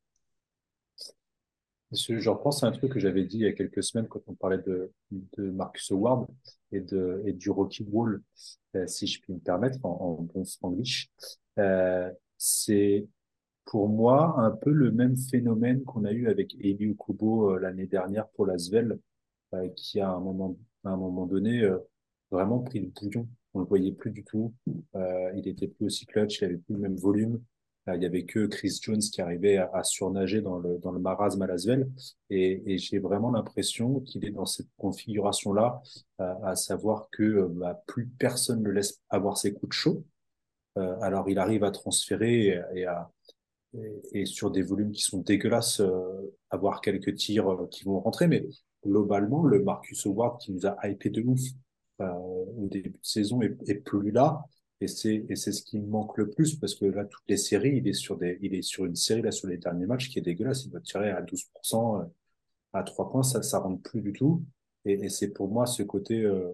Parce que je repense à un truc que j'avais dit il y a quelques semaines quand on parlait de, de Marcus Howard et, de, et du Rocky Wall, euh, si je puis me permettre, en, en bon spanglish. Euh, c'est pour moi un peu le même phénomène qu'on a eu avec Eli Kubo euh, l'année dernière pour la Svel, euh, qui à un moment, à un moment donné euh, vraiment pris le bouillon. On le voyait plus du tout. Euh, il était plus aussi clutch, il avait plus le même volume. Euh, il y avait que Chris Jones qui arrivait à, à surnager dans le dans le marasme à Lasvel. Et, et j'ai vraiment l'impression qu'il est dans cette configuration-là, euh, à savoir que euh, bah, plus personne ne laisse avoir ses coups de chaud. Euh, alors il arrive à transférer et, et à et, et sur des volumes qui sont dégueulasses, euh, avoir quelques tirs euh, qui vont rentrer. Mais globalement, le Marcus Howard qui nous a hypé de ouf euh, au début de saison est, est plus là. Et c'est et c'est ce qui me manque le plus parce que là, toutes les séries, il est sur des, il est sur une série là sur les derniers matchs qui est dégueulasse. Il doit tirer à douze pour cent, euh, à trois points, ça, ça rentre plus du tout. Et, et c'est pour moi ce côté euh,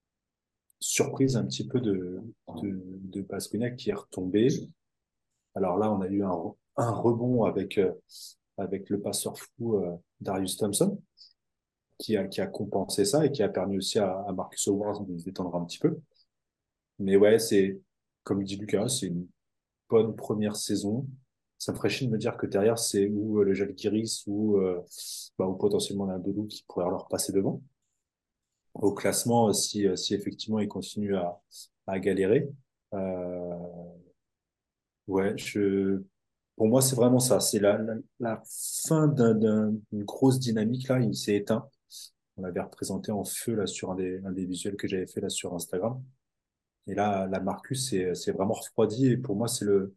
surprise un petit peu de, de, de Baskonia qui est retombé. Alors là, on a eu un, un rebond avec, euh, avec le passeur fou euh, Darius Thompson, qui a, qui a compensé ça et qui a permis aussi à, à Marcus Howard de se détendre un petit peu. Mais ouais, c'est, comme dit Lucas, c'est une bonne première saison. Ça me ferait chier de me dire que derrière, c'est ou euh, le Jalgiris ou, euh, bah, ou potentiellement l'Anadolu qui pourrait leur passer devant. Au classement, euh, si, euh, si effectivement ils continuent à, à galérer. Euh, ouais, je, pour moi, c'est vraiment ça. C'est la, la, la fin d'un, d'un- d'une grosse dynamique là. Il s'est éteint. On l'avait représenté en feu là sur un des, un des visuels que j'avais fait là sur Instagram. Et là, la Marcus, c'est, c'est vraiment refroidi. Et pour moi, c'est le,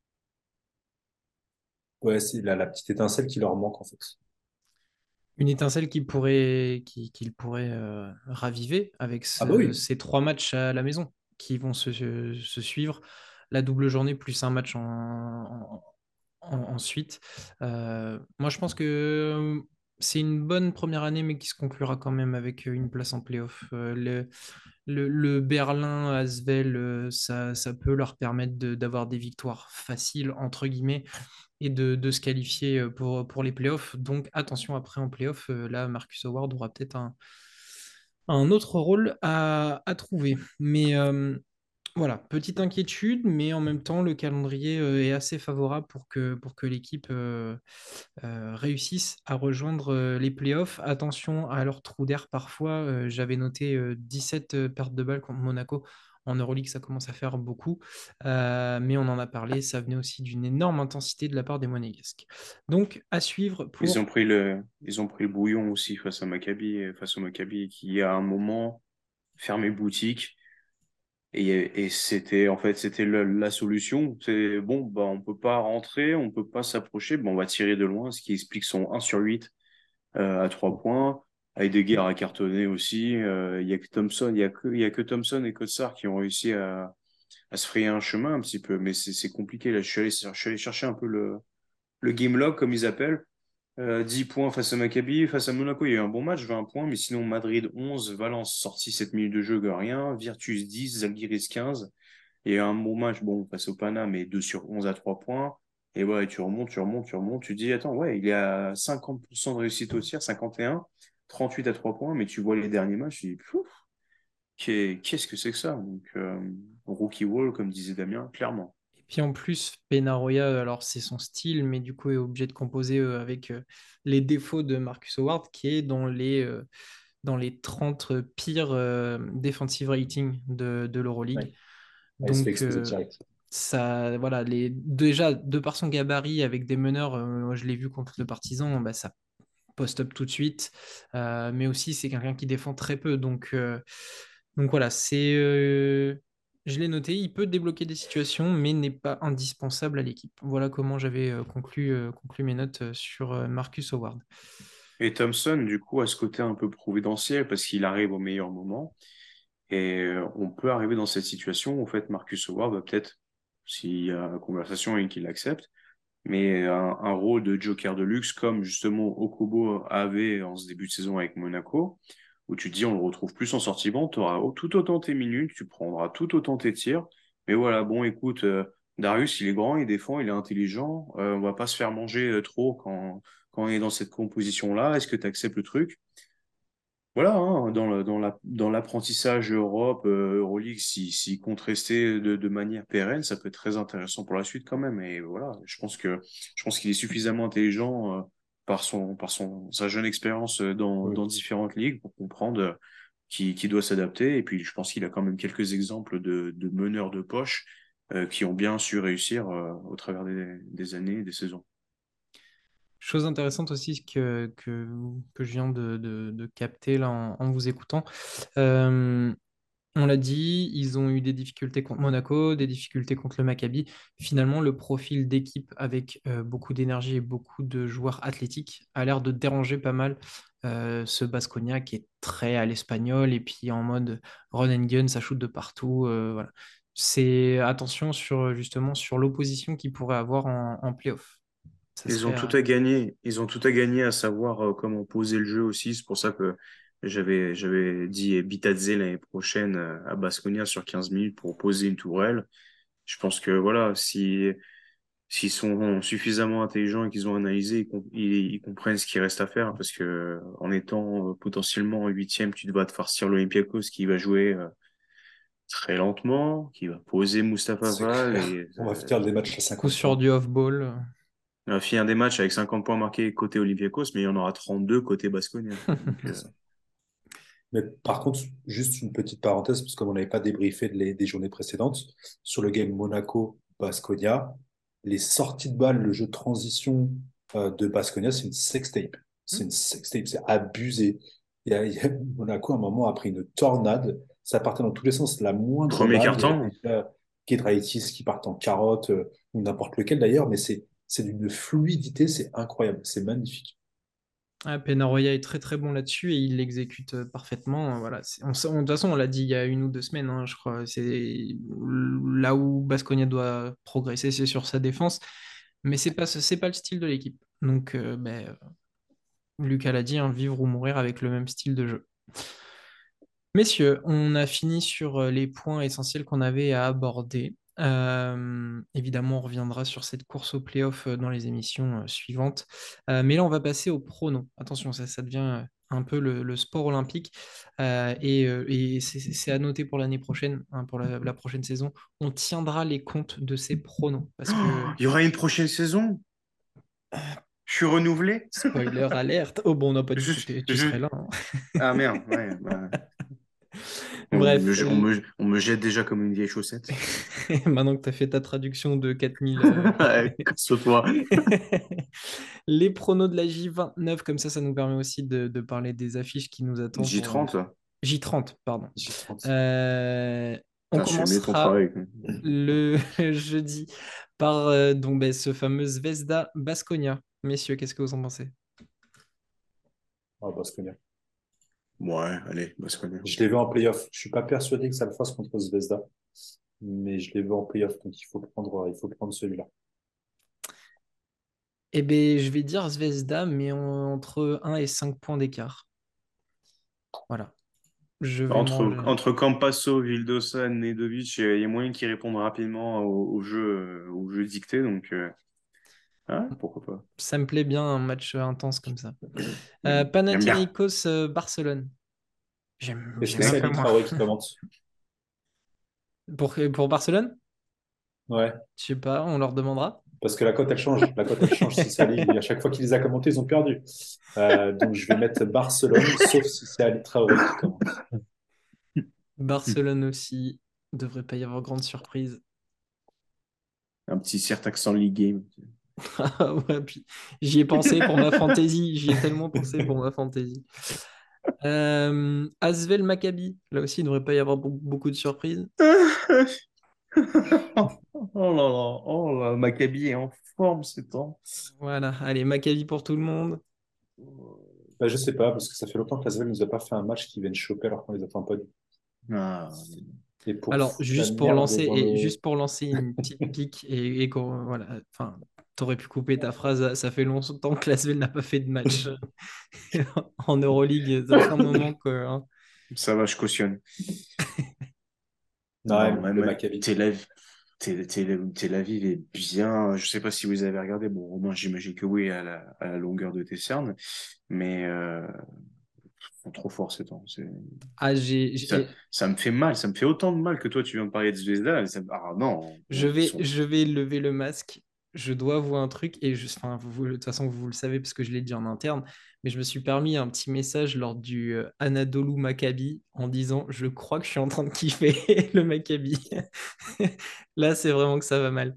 ouais, c'est la, la petite étincelle qui leur manque en fait. Une étincelle qui pourrait, qui, qu'il pourrait euh, raviver avec Ah bah ce- oui. ces trois matchs à la maison qui vont se, se- se suivre. La double journée plus un match en, en- en- ensuite. Euh, moi, je pense que euh, c'est une bonne première année, mais qui se conclura quand même avec une place en playoff. Euh, le, le, le Berlin, Asvel, euh, ça, ça peut leur permettre de- d'avoir des victoires faciles, entre guillemets, et de, de se qualifier euh, pour, pour les playoffs. Donc attention, après en playoff, euh, là, Marcus Howard aura peut-être un, un autre rôle à, à trouver. Mais euh, voilà, petite inquiétude, mais en même temps, le calendrier euh, est assez favorable pour que, pour que l'équipe euh, euh, réussisse à rejoindre euh, les playoffs. Attention à leur trou d'air parfois. Euh, j'avais noté euh, dix-sept euh, pertes de balles contre Monaco En Euroleague, ça commence à faire beaucoup. Euh, mais on en a parlé, ça venait aussi d'une énorme intensité de la part des Monégasques. Donc, à suivre Ils pour... ont pris le, ils ont pris le bouillon aussi face à Maccabi, face au Maccabi qui à un moment fermé boutique et, et c'était en fait c'était le- la solution. C'est bon, bah on peut pas rentrer, on peut pas s'approcher, bon on va tirer de loin, ce qui explique son un sur huit euh, à trois points. Heidegger a cartonné aussi. Euh, Il y a que Thompson, il y a que il y a que Thompson et Kotsar qui ont réussi à, à se frayer un chemin un petit peu, mais c'est c'est compliqué là. Je suis allé, je suis allé chercher un peu le le game log comme ils appellent. Euh, dix points face à Maccabi, face à Monaco, il y a eu un bon match, vingt points, mais sinon Madrid onze, Valence sorti sept minutes de jeu, que rien, Virtus dix, Zalgiris quinze. Il y a eu un bon match, bon, face au Pana, mais deux sur onze à trois points. Et ouais, tu remontes, tu remontes, tu remontes, tu dis, attends, ouais, il est à cinquante pour cent de réussite au tir, cinquante et un, trente-huit à trois points, mais tu vois les derniers matchs, tu dis, pouf, qu'est- qu'est-ce que c'est que ça? Donc, euh, rookie wall, comme disait Damien, clairement. Et puis en plus, Penaroya, alors c'est son style, mais du coup est obligé de composer euh, avec euh, les défauts de Marcus Howard, qui est dans les, euh, dans les trente pires euh, defensive rating de, de Ouais. l'Euroleague. Ouais, il se fait Donc exploser euh, direct. ça, voilà, les, déjà, de par son gabarit avec des meneurs, euh, moi, je l'ai vu contre le Partizan, bah, ça post-up tout de suite. Euh, mais aussi, c'est quelqu'un qui défend très peu. Donc, euh, donc voilà, c'est, euh, je l'ai noté, il peut débloquer des situations, mais n'est pas indispensable à l'équipe. Voilà comment j'avais euh, conclu, euh, conclu mes notes euh, sur euh, Marcus Howard. Et Thompson, du coup, a ce côté un peu providentiel parce qu'il arrive au meilleur moment. Et euh, on peut arriver dans cette situation où, en fait, Marcus Howard va peut-être, s'il y a une conversation et qu'il accepte, mais un, un rôle de joker de luxe comme justement Okubo avait en ce début de saison avec Monaco, où tu te dis on le retrouve plus en sortie banc, tu auras tout autant tes minutes, tu prendras tout autant tes tirs. Mais voilà, bon, écoute, euh, Darius, il est grand, il défend, il est intelligent, euh, on va pas se faire manger euh, trop quand, quand on est dans cette composition-là. Est-ce que tu acceptes le truc? Voilà, hein, dans le, dans la, dans l'apprentissage Europe, euh, Euroleague, si, si compte rester de, de manière pérenne, ça peut être très intéressant pour la suite quand même. Et voilà, je pense que, je pense qu'il est suffisamment intelligent, euh, par son, par son, sa jeune expérience euh, dans, Oui. dans différentes ligues pour comprendre euh, qu'il, qu'il doit s'adapter. Et puis, je pense qu'il a quand même quelques exemples de, de meneurs de poche, euh, qui ont bien su réussir, euh, au travers des, des années et des saisons. Chose intéressante aussi que, que, que je viens de, de- de capter là en, en vous écoutant. Euh, On l'a dit, ils ont eu des difficultés contre Monaco, des difficultés contre le Maccabi. Finalement, le profil d'équipe avec euh, beaucoup d'énergie et beaucoup de joueurs athlétiques a l'air de déranger pas mal euh, ce Baskonia qui est très à l'espagnol et puis en mode run and gun, ça shoot de partout. Euh, voilà. C'est attention sur justement sur l'opposition qu'ils pourraient avoir en, en playoff. Ça Ils ont serait tout à- à gagner. Ils ont tout à gagner à savoir euh, comment poser le jeu aussi. C'est pour ça que j'avais j'avais dit Bitadze l'année prochaine euh, à Baskonia sur quinze minutes pour poser une tourelle. Je pense que voilà, si s'ils sont suffisamment intelligents et qu'ils ont analysé, ils, com- ils- ils comprennent ce qu'il reste à faire parce que en étant euh, potentiellement en huitième, tu vas te farcir l'Olympiakos qui va jouer euh, très lentement, qui va poser Moustapha C'est Val clair. et On va finir des matchs à coup cinquante sur points. du off-ball. on va finir des matchs avec cinquante points marqués côté Olympiakos, mais il y en aura trente-deux côté Baskonia. Donc, euh, Mais par contre, juste une petite parenthèse, parce qu'on n'avait pas débriefé de les- des journées précédentes, sur le game Monaco-Basconia, les sorties de balles, le jeu de transition euh, de Basconia, c'est une sextape. C'est une sextape, c'est abusé. Il y a, il y a- Monaco, à un moment, a pris une tornade. Ça partait dans tous les sens. La moindre premier balle, il y avait carton, déjà Giedraitis qui part en carotte, euh, ou n'importe lequel d'ailleurs, mais c'est c'est d'une fluidité, c'est incroyable, c'est magnifique. Ah, Penaroya est très très bon là-dessus et il l'exécute euh, parfaitement. Voilà. C'est- On, sait- on- de toute façon, on l'a dit il y a une ou deux semaines, hein, je crois. C'est là où Baskonia doit progresser, c'est sur sa défense, mais c'est pas c'est pas le style de l'équipe. Donc, euh, ben, euh, Lucas l'a dit, hein, vivre ou mourir avec le même style de jeu. Messieurs, on a fini sur euh, les points essentiels qu'on avait à aborder. Euh, évidemment, on reviendra sur cette course au playoff euh, dans les émissions euh, suivantes. Euh, mais là, on va passer au prono. Attention, ça, ça devient euh, un peu le, le sport olympique. Euh, et euh, et c'est c'est à noter pour l'année prochaine, hein, pour la, la prochaine saison. On tiendra les comptes de ces pronos. Parce que, il y aura une prochaine saison. Je suis renouvelé. spoiler alerte, oh bon, on n'a pas dit Je, que t'étais- tu je... serais là, hein. Ah merde, ouais, bah, On Bref, me, on l- me, on me jette déjà comme une vieille chaussette. maintenant que tu as fait ta traduction de quatre mille, euh, Ouais, casse-toi. les pronos de la J vingt-neuf, comme ça, ça nous permet aussi de, de parler des affiches qui nous attendent J pour euh, trente. J trente, pardon. J trente. Euh, on Putain, je fais mieux ton commencera travail. quoi. le jeudi par euh, donc, ben, ce fameux Zvezda Baskonia. Messieurs, qu'est-ce que vous en pensez? Ah, Baskonia. Ouais, allez, bah, c'est pas bien. Je l'ai vu en playoff. Je suis pas persuadé que ça le fasse contre Zvezda, mais je l'ai vu en playoff, donc il faut prendre, il faut prendre celui-là. Eh bien, je vais dire Zvezda, mais en- entre un et cinq points d'écart. Voilà. Je vais Entre, manger. entre Campasso, Vildosa, Nedovic, il y a moyen qu'ils répondent rapidement au, au jeu, au jeu dicté. Donc, euh, ah, pourquoi pas. Ça me plaît bien un match intense comme ça. Euh, J'aime bien. Panathinaikos euh, Barcelone. J'aime, Est-ce que j'aime un c'est peu Ali moins. Traoré qui commence? Pour, pour Barcelone, Ouais, je sais pas, on leur demandera. parce que la cote, elle change. La cote, elle change si c'est Ali. À chaque fois qu'il les a commentés, ils ont perdu. Euh, donc, je vais mettre Barcelone, sauf si c'est Ali Traoré qui commence. Barcelone aussi. Devrait pas y avoir grande surprise. Un petit certes accent League Game. Ah ouais, puis j'y ai pensé pour ma fantaisie. J'y ai tellement pensé pour ma fantaisie. Euh, Asvel Maccabi. Là aussi, il ne devrait pas y avoir be- beaucoup de surprises. Oh là là, oh là, Maccabi est en forme ces temps. Voilà. Allez, Maccabi pour tout le monde. Bah, je sais pas, parce que ça fait longtemps que l'Asvel nous a pas fait un match qui vienne choper alors qu'on les attend pas. Ah, Et pour Alors, foutre la juste pour merde lancer, dans et le. juste pour lancer une petite pique et, et qu'on- voilà, enfin, t'aurais pu couper ta phrase. Ça fait longtemps que l'Asvel n'a pas fait de match en Euroleague. Ça fait un moment que, hein. ça va, je cautionne. Non, Non, même le même Maccabi. Tel Aviv, Tel, Tel- Tel Aviv est bien. Je sais pas si vous avez regardé. Bon, Romain, j'imagine que oui, à la, à la longueur de tes cernes, mais euh, ils sont trop forts ces temps. C'est- Ah, j'ai, Ça, j'ai- ça me fait mal. Ça me fait autant de mal que toi, tu viens de parler de Zvezda. Ça- Ah non, je non, ils vais, sont. je vais lever le masque. Je dois avouer un truc et je, enfin, vous, vous- de toute façon, vous le savez parce que je l'ai dit en interne, mais je me suis permis un petit message lors du euh, Anadolu Maccabi en disant, je crois que je suis en train de kiffer le Maccabi. Là, c'est vraiment que ça va mal.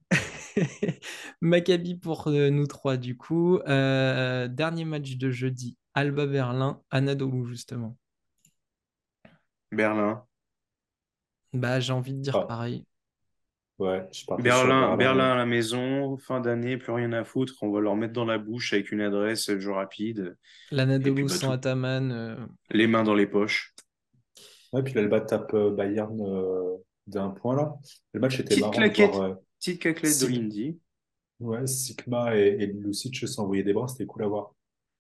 Maccabi pour euh, nous trois, du coup. Euh, dernier match de jeudi, Alba Berlin, Anadolu, justement. Berlin. Bah, j'ai envie de dire Ah, pareil. ouais, je partais sur Berlin, Berlin. Berlin à la maison, fin d'année, plus rien à foutre. On va leur mettre dans la bouche avec une adresse, jeu rapide. Et puis, L'Anadolu bah, sans tout. Ataman. euh, Les mains dans les poches. Ouais, puis l'Alba tape euh, Bayern euh, d'un point là. Le match était Petite marrant de voir claquette. euh, Petite claquette de Sig- Lindy. ouais, Sigma et, et Lucic s'envoyer des bras, c'était cool à voir.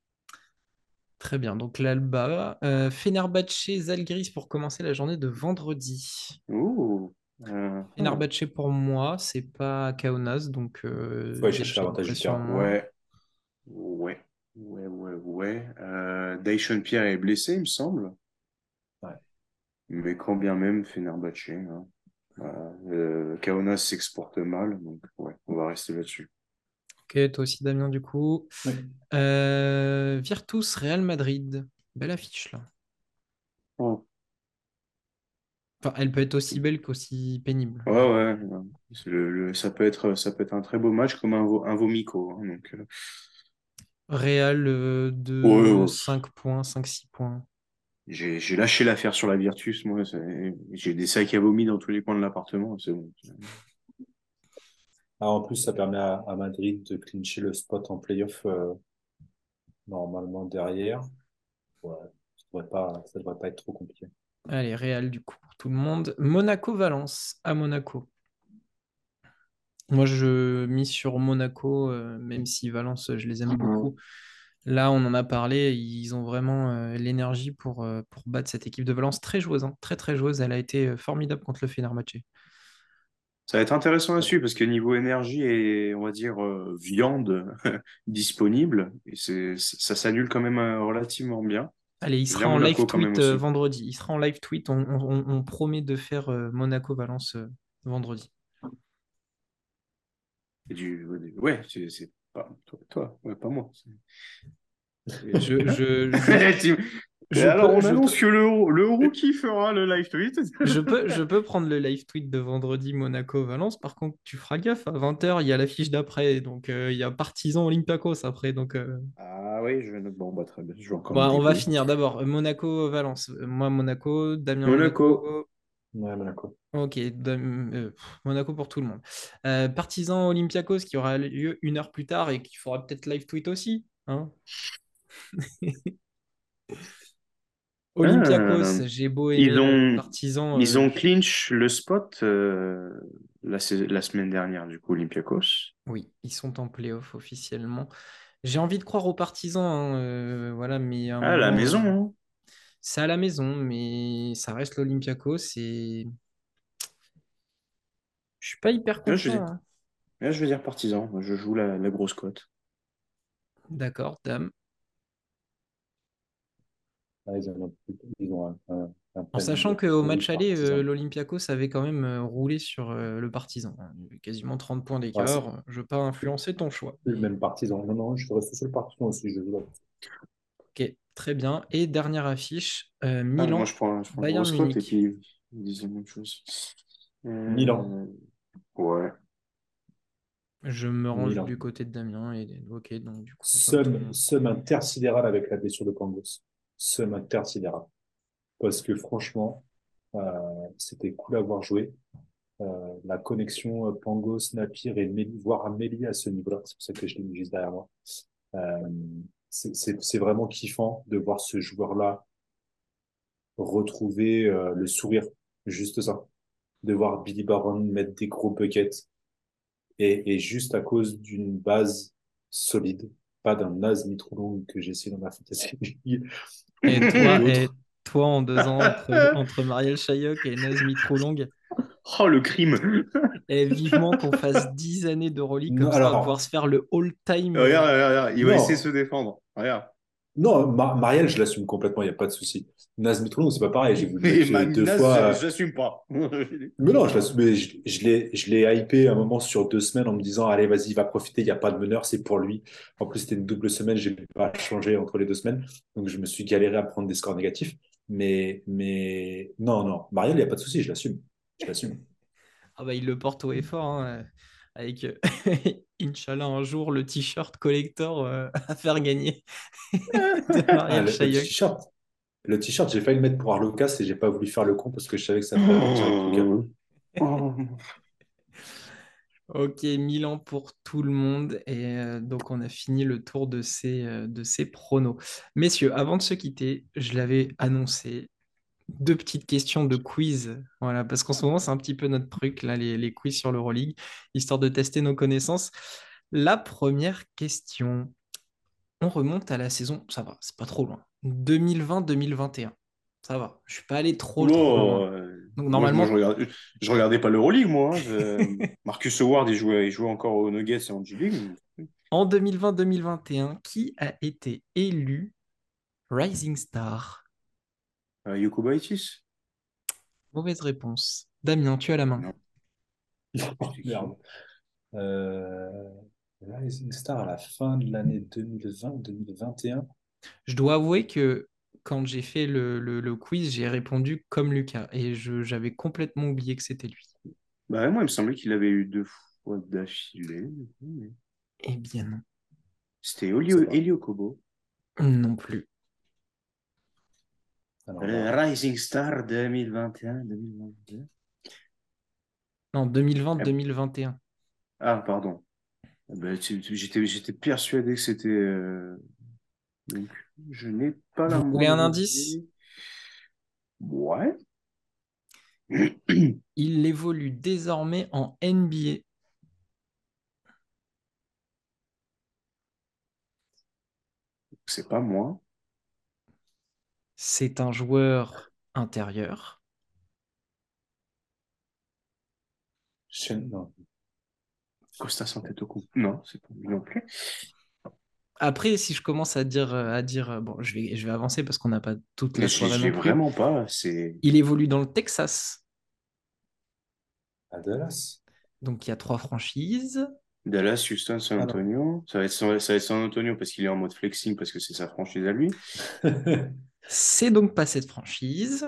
Très bien. Donc, l'Alba. Euh, Fenerbahçe, Zalgiris pour commencer la journée de vendredi. Ouh. Euh, hum. Fenerbahçe pour moi, c'est pas Kaunas, donc Faut euh, aller il y a chercher déjà une l'avantage du pression en terrain. moins. Ouais. Ouais. Ouais, ouais, ouais. Euh, Dyson Pierre est blessé, il me semble. Ouais. Mais quand bien même, Fenerbahçe. Hein. Voilà. Euh, Kaunas s'exporte mal, donc ouais, on va rester là-dessus. Ok, toi aussi, Damien, du coup. Oui. Euh, Virtus, Real Madrid. Belle affiche, là. Oh. Enfin, elle peut être aussi belle qu'aussi pénible. Ouais, ouais. ouais. C'est Le, le- ça peut être, ça peut être un très beau match comme un, vo- un vomico. Hein, donc, euh, Real euh, ouais, de ouais. cinq points, cinq six points. J'ai, j'ai lâché l'affaire sur la Virtus, moi. c'est- J'ai des sacs à vomi dans tous les coins de l'appartement. C'est bon. Ah, en plus, ça permet à, à Madrid de clincher le spot en playoff euh, normalement derrière. Ouais, ça devrait pas, ça devrait pas être trop compliqué. Allez, Real, du coup, pour tout le monde. Monaco-Valence, à Monaco. Moi, je mise sur Monaco, euh, même si Valence, je les aime beaucoup. Là, on en a parlé, ils ont vraiment euh, l'énergie pour, euh, pour battre cette équipe de Valence. Très joueuse, hein, très très joueuse. Elle a été euh, formidable contre le Fenerbahçe. Ça va être intéressant à suivre parce que niveau énergie et, on va dire, euh, viande disponible, et c'est, ça s'annule quand même euh, relativement bien. Allez, il J'aime sera bien en live Monaco quand même tweet euh, aussi. vendredi. Il sera en live tweet. On, on- on promet de faire euh, Monaco-Valence euh, vendredi. Et du, ouais, c'est c'est pas toi, toi, ouais, pas moi. Je, je, je, Tu- Et Je alors, peux, on je annonce peux, que le, le rookie fera le live tweet. je peux, je peux prendre le live tweet de vendredi Monaco-Valence. Par contre, tu feras gaffe, à vingt heures, il y a l'affiche d'après. Donc, euh, il y a Partizan Olympiakos après. Donc, euh, Ah oui, je... bon, bah, très bien, je vais encore me bon, on va dégoûter. finir d'abord. euh, Monaco-Valence. Euh, Moi, Monaco. Damien, Monaco. Monaco. Ouais, Monaco. Ok, Dam- euh, pff, Monaco pour tout le monde. Euh, Partizan Olympiakos qui aura lieu une heure plus tard et qui fera peut-être live tweet aussi, hein. Ah, Olympiakos, j'ai beau ils aimer euh, ont, Partizan. ils euh, ont je- clinch le spot euh, la, sais- la semaine dernière, du coup, Olympiakos. Oui, ils sont en playoff officiellement. J'ai envie de croire aux Partisans, hein, euh, voilà, mais à un Ah, la moment, maison, euh, hein. c'est à la maison, mais ça reste l'Olympiakos et je suis pas hyper Là, je vais confiant, dire, hein. là, je vais dire partisan. Moi, je joue la, la grosse cote. D'accord, dame. Ah, ils ont, ils ont un, un, un En sachant planning qu'au pourri, match aller, euh, partisan. l'Olympiakos avait quand même euh, roulé sur euh, le Partizan, hein. Il y avait quasiment trente points Ouais, c'est d'écart. Je ne veux pas influencer ton choix. plus le même partisan. Non, non, je reste sur le partisan aussi. Je joue là. Ok, très bien. Et dernière affiche, euh, Ah, moi, je Milan, prends, je prends une Bayern grosse cote et Munich. puis ils disent la même chose. Milan. Euh, ouais, Je me range Milan. du côté de Damien et ok, donc du coup, comme tout le Somme, monde. somme intersidérale avec la blessure de Pangos. Somme intersidérale. Parce que franchement, euh, c'était cool à voir jouer. Euh, la connexion euh, Pangos, Napier et Méli, voire Méli à ce niveau-là, c'est pour ça que je l'ai mis juste derrière moi. Euh, c'est c'est- c'est vraiment kiffant de voir ce joueur-là retrouver euh, le sourire, juste ça. De voir Billy Baron mettre des gros buckets et, et juste à cause d'une base solide, pas d'un naze ni trop long que j'ai essayé dans ma fantasy league Et ou toi, et d'autres. toi en deux ans, entre, entre Marielle Chayoc et Nazmi Troulong, Oh, le crime! et vivement qu'on fasse dix années d'Euroleague, comme Non, ça on va pouvoir alors, se faire le all-time. Regarde, euh, regarde, regarde, il va essayer de se non, défendre. Regarde. non, Ma- Marielle, je l'assume complètement, il n'y a pas de souci. Naz Mitroglou, c'est pas pareil, j'ai vu le Et mec euh, deux Manas, fois. je euh, je l'assume pas. Mais non, je, l'assume, mais je, je l'ai, je l'ai hypé un moment sur deux semaines en me disant, allez, vas-y, il va profiter, il n'y a pas de meneur, c'est pour lui. En plus, c'était une double semaine, j'ai pas changé entre les deux semaines, donc je me suis galéré à prendre des scores négatifs. Mais, mais non, non, Marielle, il n'y a pas de souci, je l'assume. Je l'assume. Ah bah il le porte haut et fort, hein, euh, avec euh, Inch'Allah un jour le t-shirt collector euh, à faire gagner de Ah, Marielle le, le Chayoc. t-shirt. Le t-shirt, j'ai failli le mettre pour Arlocas et j'ai pas voulu faire le con parce que je savais que ça ferait direct Lucas. Oh. Ok, Milan pour tout le monde. Et euh, donc, on a fini le tour de ces, euh, de ces pronos. Messieurs, avant de se quitter, je l'avais annoncé. Deux petites questions de quiz. Voilà, parce qu'en ce moment, c'est un petit peu notre truc, là, les, les quiz sur l'Euroleague, histoire de tester nos connaissances. La première question, on remonte à la saison, ça va, c'est pas trop loin. deux mille vingt-deux mille vingt et un. Ça va, je suis pas allé trop, trop Oh, loin. euh, Donc, moi, je, moi, je normalement, regardais, je regardais pas l'Euroleague, moi, hein. Je- Marcus Howard, il jouait, il jouait encore aux Nuggets et en G-League. en deux mille vingt-deux mille vingt et un, qui a été élu Rising Star? Euh, Yoko Baitis? Mauvaise réponse. Damien, tu as la main. Non. Oh, C'était qui? merde. Euh, Rising Star à la fin de l'année deux mille vingt, deux mille vingt et un. Je dois avouer que quand j'ai fait le, le- le quiz, j'ai répondu comme Lucas et je- j'avais complètement oublié que c'était lui. Bah, moi, il me semblait qu'il avait eu deux fois d'affilée. mais Eh bien non. C'était C'est Elio, pas. Elio Kobo. Non plus. Alors Le là, Rising Star deux mille vingt et un-deux mille vingt-deux. Non, Ah, deux mille vingt deux mille vingt et un. ah, pardon. Ah bah, tu- tu- j'étais, j'étais persuadé que c'était. euh, Donc, je n'ai pas la Vous voulez un moindre indice? idée. Ouais. Il évolue désormais en N B A. C'est pas moi. C'est un joueur intérieur. Shen- non. Costas Antetokounmpo. Non, c'est pas lui non plus. Après, si je commence à dire, à dire, bon, je vais, je vais avancer parce qu'on n'a pas toute Mais la je l'ai soirée je l'ai non plus. vraiment pas. C'est Il évolue dans le Texas. À Dallas. Donc il y a trois franchises. Dallas, Houston, San Ah non. Antonio. Ça va être, ça va être San Antonio parce qu'il est en mode flexing parce que c'est sa franchise à lui. C'est donc pas cette franchise.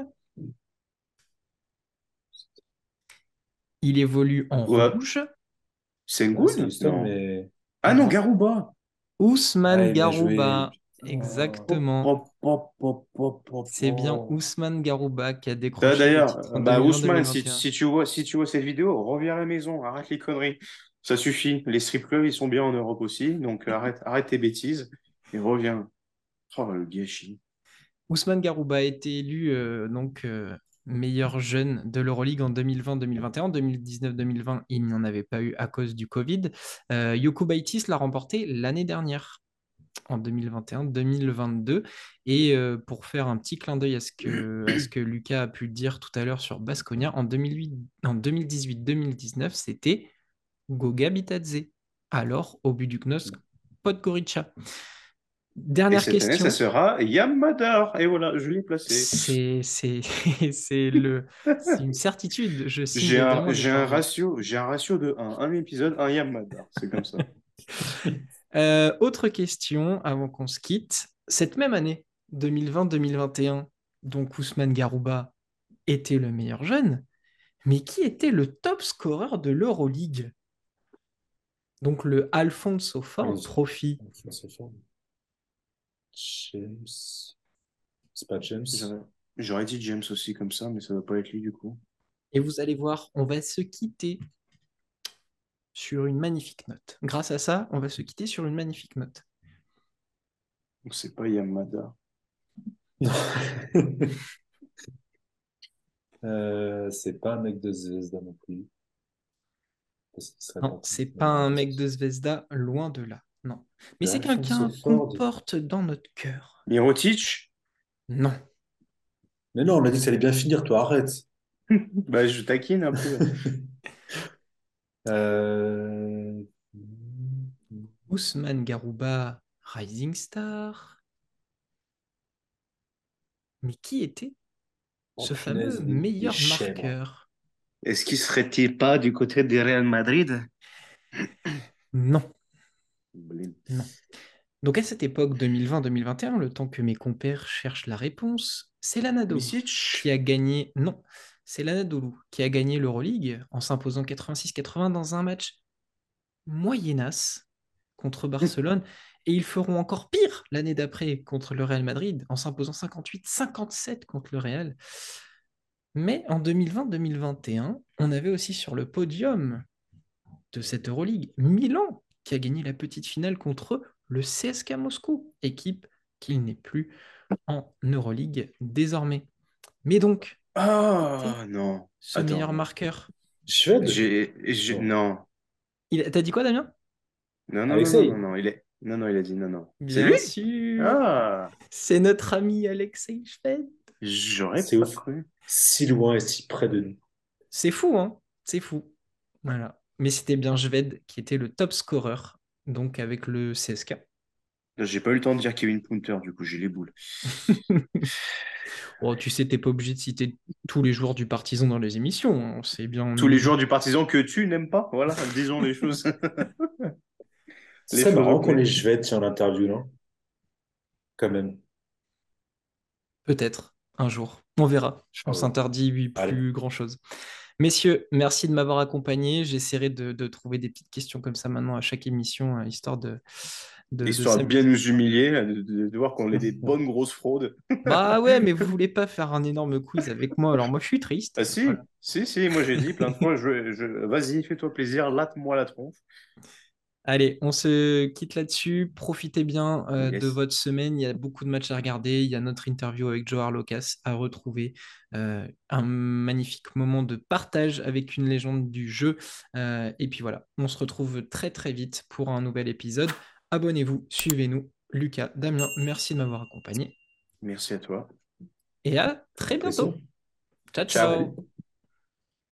Il évolue en Ouais. rouge. C'est Ah, c'est Sengun? Houston, Non. mais. Ah non, Non. Garouba. Ousmane Ah, il a joué. Garouba. Putain. Pop, Exactement. pop, pop, pop, pop, pop, C'est bien pop. Ousmane Garouba qui a D'a- décroché le D'ailleurs, titre euh, en bah, Ousmane, si, deux mille vingt-deux mille vingt et un. si tu vois, si tu vois cette vidéo, reviens à la maison, arrête les conneries. Ça suffit. Les strip clubs, ils sont bien en Europe aussi, donc arrête, arrête tes bêtises et reviens. Oh, le gâchis. Ousmane Garouba a été élu euh, donc euh, meilleur jeune de l'Euroleague en deux mille vingt deux mille vingt et un. En deux mille dix-neuf deux mille vingt, il n'y en avait pas eu à cause du Covid. Euh, Yokubaitis l'a remporté l'année dernière, en deux mille vingt et un deux mille vingt-deux. Et euh, pour faire un petit clin d'œil à ce que, à ce que Lucas a pu dire tout à l'heure sur Baskonia, en deux mille huit, en deux mille dix-huit deux mille dix-neuf, c'était Goga Bitadze. Alors, au but du Knosc, Podgorica. Et Dernière cette année, ça question. sera Yamadar. Et voilà, je l'ai placé. C'est, c'est, c'est le, c'est une certitude. Je signe J'ai un, évidemment des j'ai un corvées. ratio, j'ai un ratio de un. Un épisode, un Yamadar. C'est comme ça. Euh, autre question avant qu'on se quitte. Cette même année, deux mille vingt deux mille vingt et un, donc Ousmane Garouba était le meilleur jeune, mais qui était le top scoreur de l'Euroleague? Donc le Alfonso Ford Les- Trophy. James. C'est pas James. J'aurais j'aurais dit James aussi comme ça, mais ça ne doit pas être lui du coup. Et vous allez voir, on va se quitter sur une magnifique note. Grâce à ça, on va se quitter sur une magnifique note. Donc c'est pas Yamada. Euh, c'est pas un mec de Zvezda non plus. Parce qu'il serait Non, pas c'est contre pas un Mars. mec de Zvezda, loin de là. Non. Mais De c'est Alfonso quelqu'un qu'on Ford. porte dans notre cœur. Mirotic? Non. Mais non, on a dit que ça allait bien finir, toi, arrête. Bah, je taquine un peu. Euh... Ousmane Garouba, Rising Star. Mais qui était Oh ce fameux punaise, il est, il est meilleur chèvre. marqueur? Est-ce qu'il serait-il pas du côté du Real Madrid? Non, Blin. non. Donc à cette époque deux mille vingt deux mille vingt et un, le temps que mes compères cherchent la réponse, c'est l'Anadolu qui Misic? a gagné. Non, c'est l'Anadolu qui a gagné l'Euroleague en s'imposant quatre-vingt-six quatre-vingts dans un match moyennasse contre Barcelone. Et ils feront encore pire l'année d'après contre le Real Madrid en s'imposant cinquante-huit cinquante-sept contre le Real. Mais en deux mille vingt deux mille vingt et un, on avait aussi sur le podium de cette Euroleague Milan qui a gagné la petite finale contre le C S K Moscou, équipe qui n'est plus en Euroleague désormais. Mais donc, Ah non. ce meilleur Attends. marqueur, Suède? J'ai, j'ai... Non. Non. il... t'as dit quoi, Damien? Non, non, non, non, non, Alexei? non. Il est... Non, non, il a dit non, non. C'est lui? Bien sûr, Ah, c'est notre ami Alexei Shved. j'aurais C'est pas ouf. cru. Si loin et si près de nous. C'est fou, hein? C'est fou. Voilà. Mais c'était bien Shved qui était le top scorer, donc avec le C S K. J'ai pas eu le temps de dire Kevin Punter, du coup, j'ai les boules. Oh, tu sais, t'es pas obligé de citer tous les joueurs du Partizan dans les émissions, hein. C'est bien Tous les minimum. joueurs du Partizan que tu n'aimes pas, voilà, disons les choses. C'est Les ça choses au marrant qu'on clair. les Suède en interview, non? Quand même. Peut-être, un jour. On verra. On Ah ouais. s'interdit oui, Allez. plus grand-chose. Messieurs, merci de m'avoir accompagné. J'essaierai de, de trouver des petites questions comme ça maintenant à chaque émission, hein, histoire de, de, de Histoire de bien s'amuser. nous humilier, là, de, de- de voir qu'on est des bonnes grosses fraudes. Bah ouais, mais vous voulez pas faire un énorme quiz avec moi, alors moi je suis triste. Ah si, Voilà. si, si, moi j'ai dit plein de fois, je, je... vas-y, fais-toi plaisir, latte-moi la tronche. Allez, on se quitte là-dessus. Profitez bien euh, de Yes. votre semaine. Il y a beaucoup de matchs à regarder. Il y a notre interview avec Joe Arlocas à retrouver. Euh, un magnifique moment de partage avec une légende du jeu. Euh, et puis voilà, on se retrouve très très vite pour un nouvel épisode. Abonnez-vous, suivez-nous. Lucas, Damien, merci de m'avoir accompagné. Merci à toi. Et à très Avec plaisir. bientôt. Ciao, Ciao. ciao. Salut.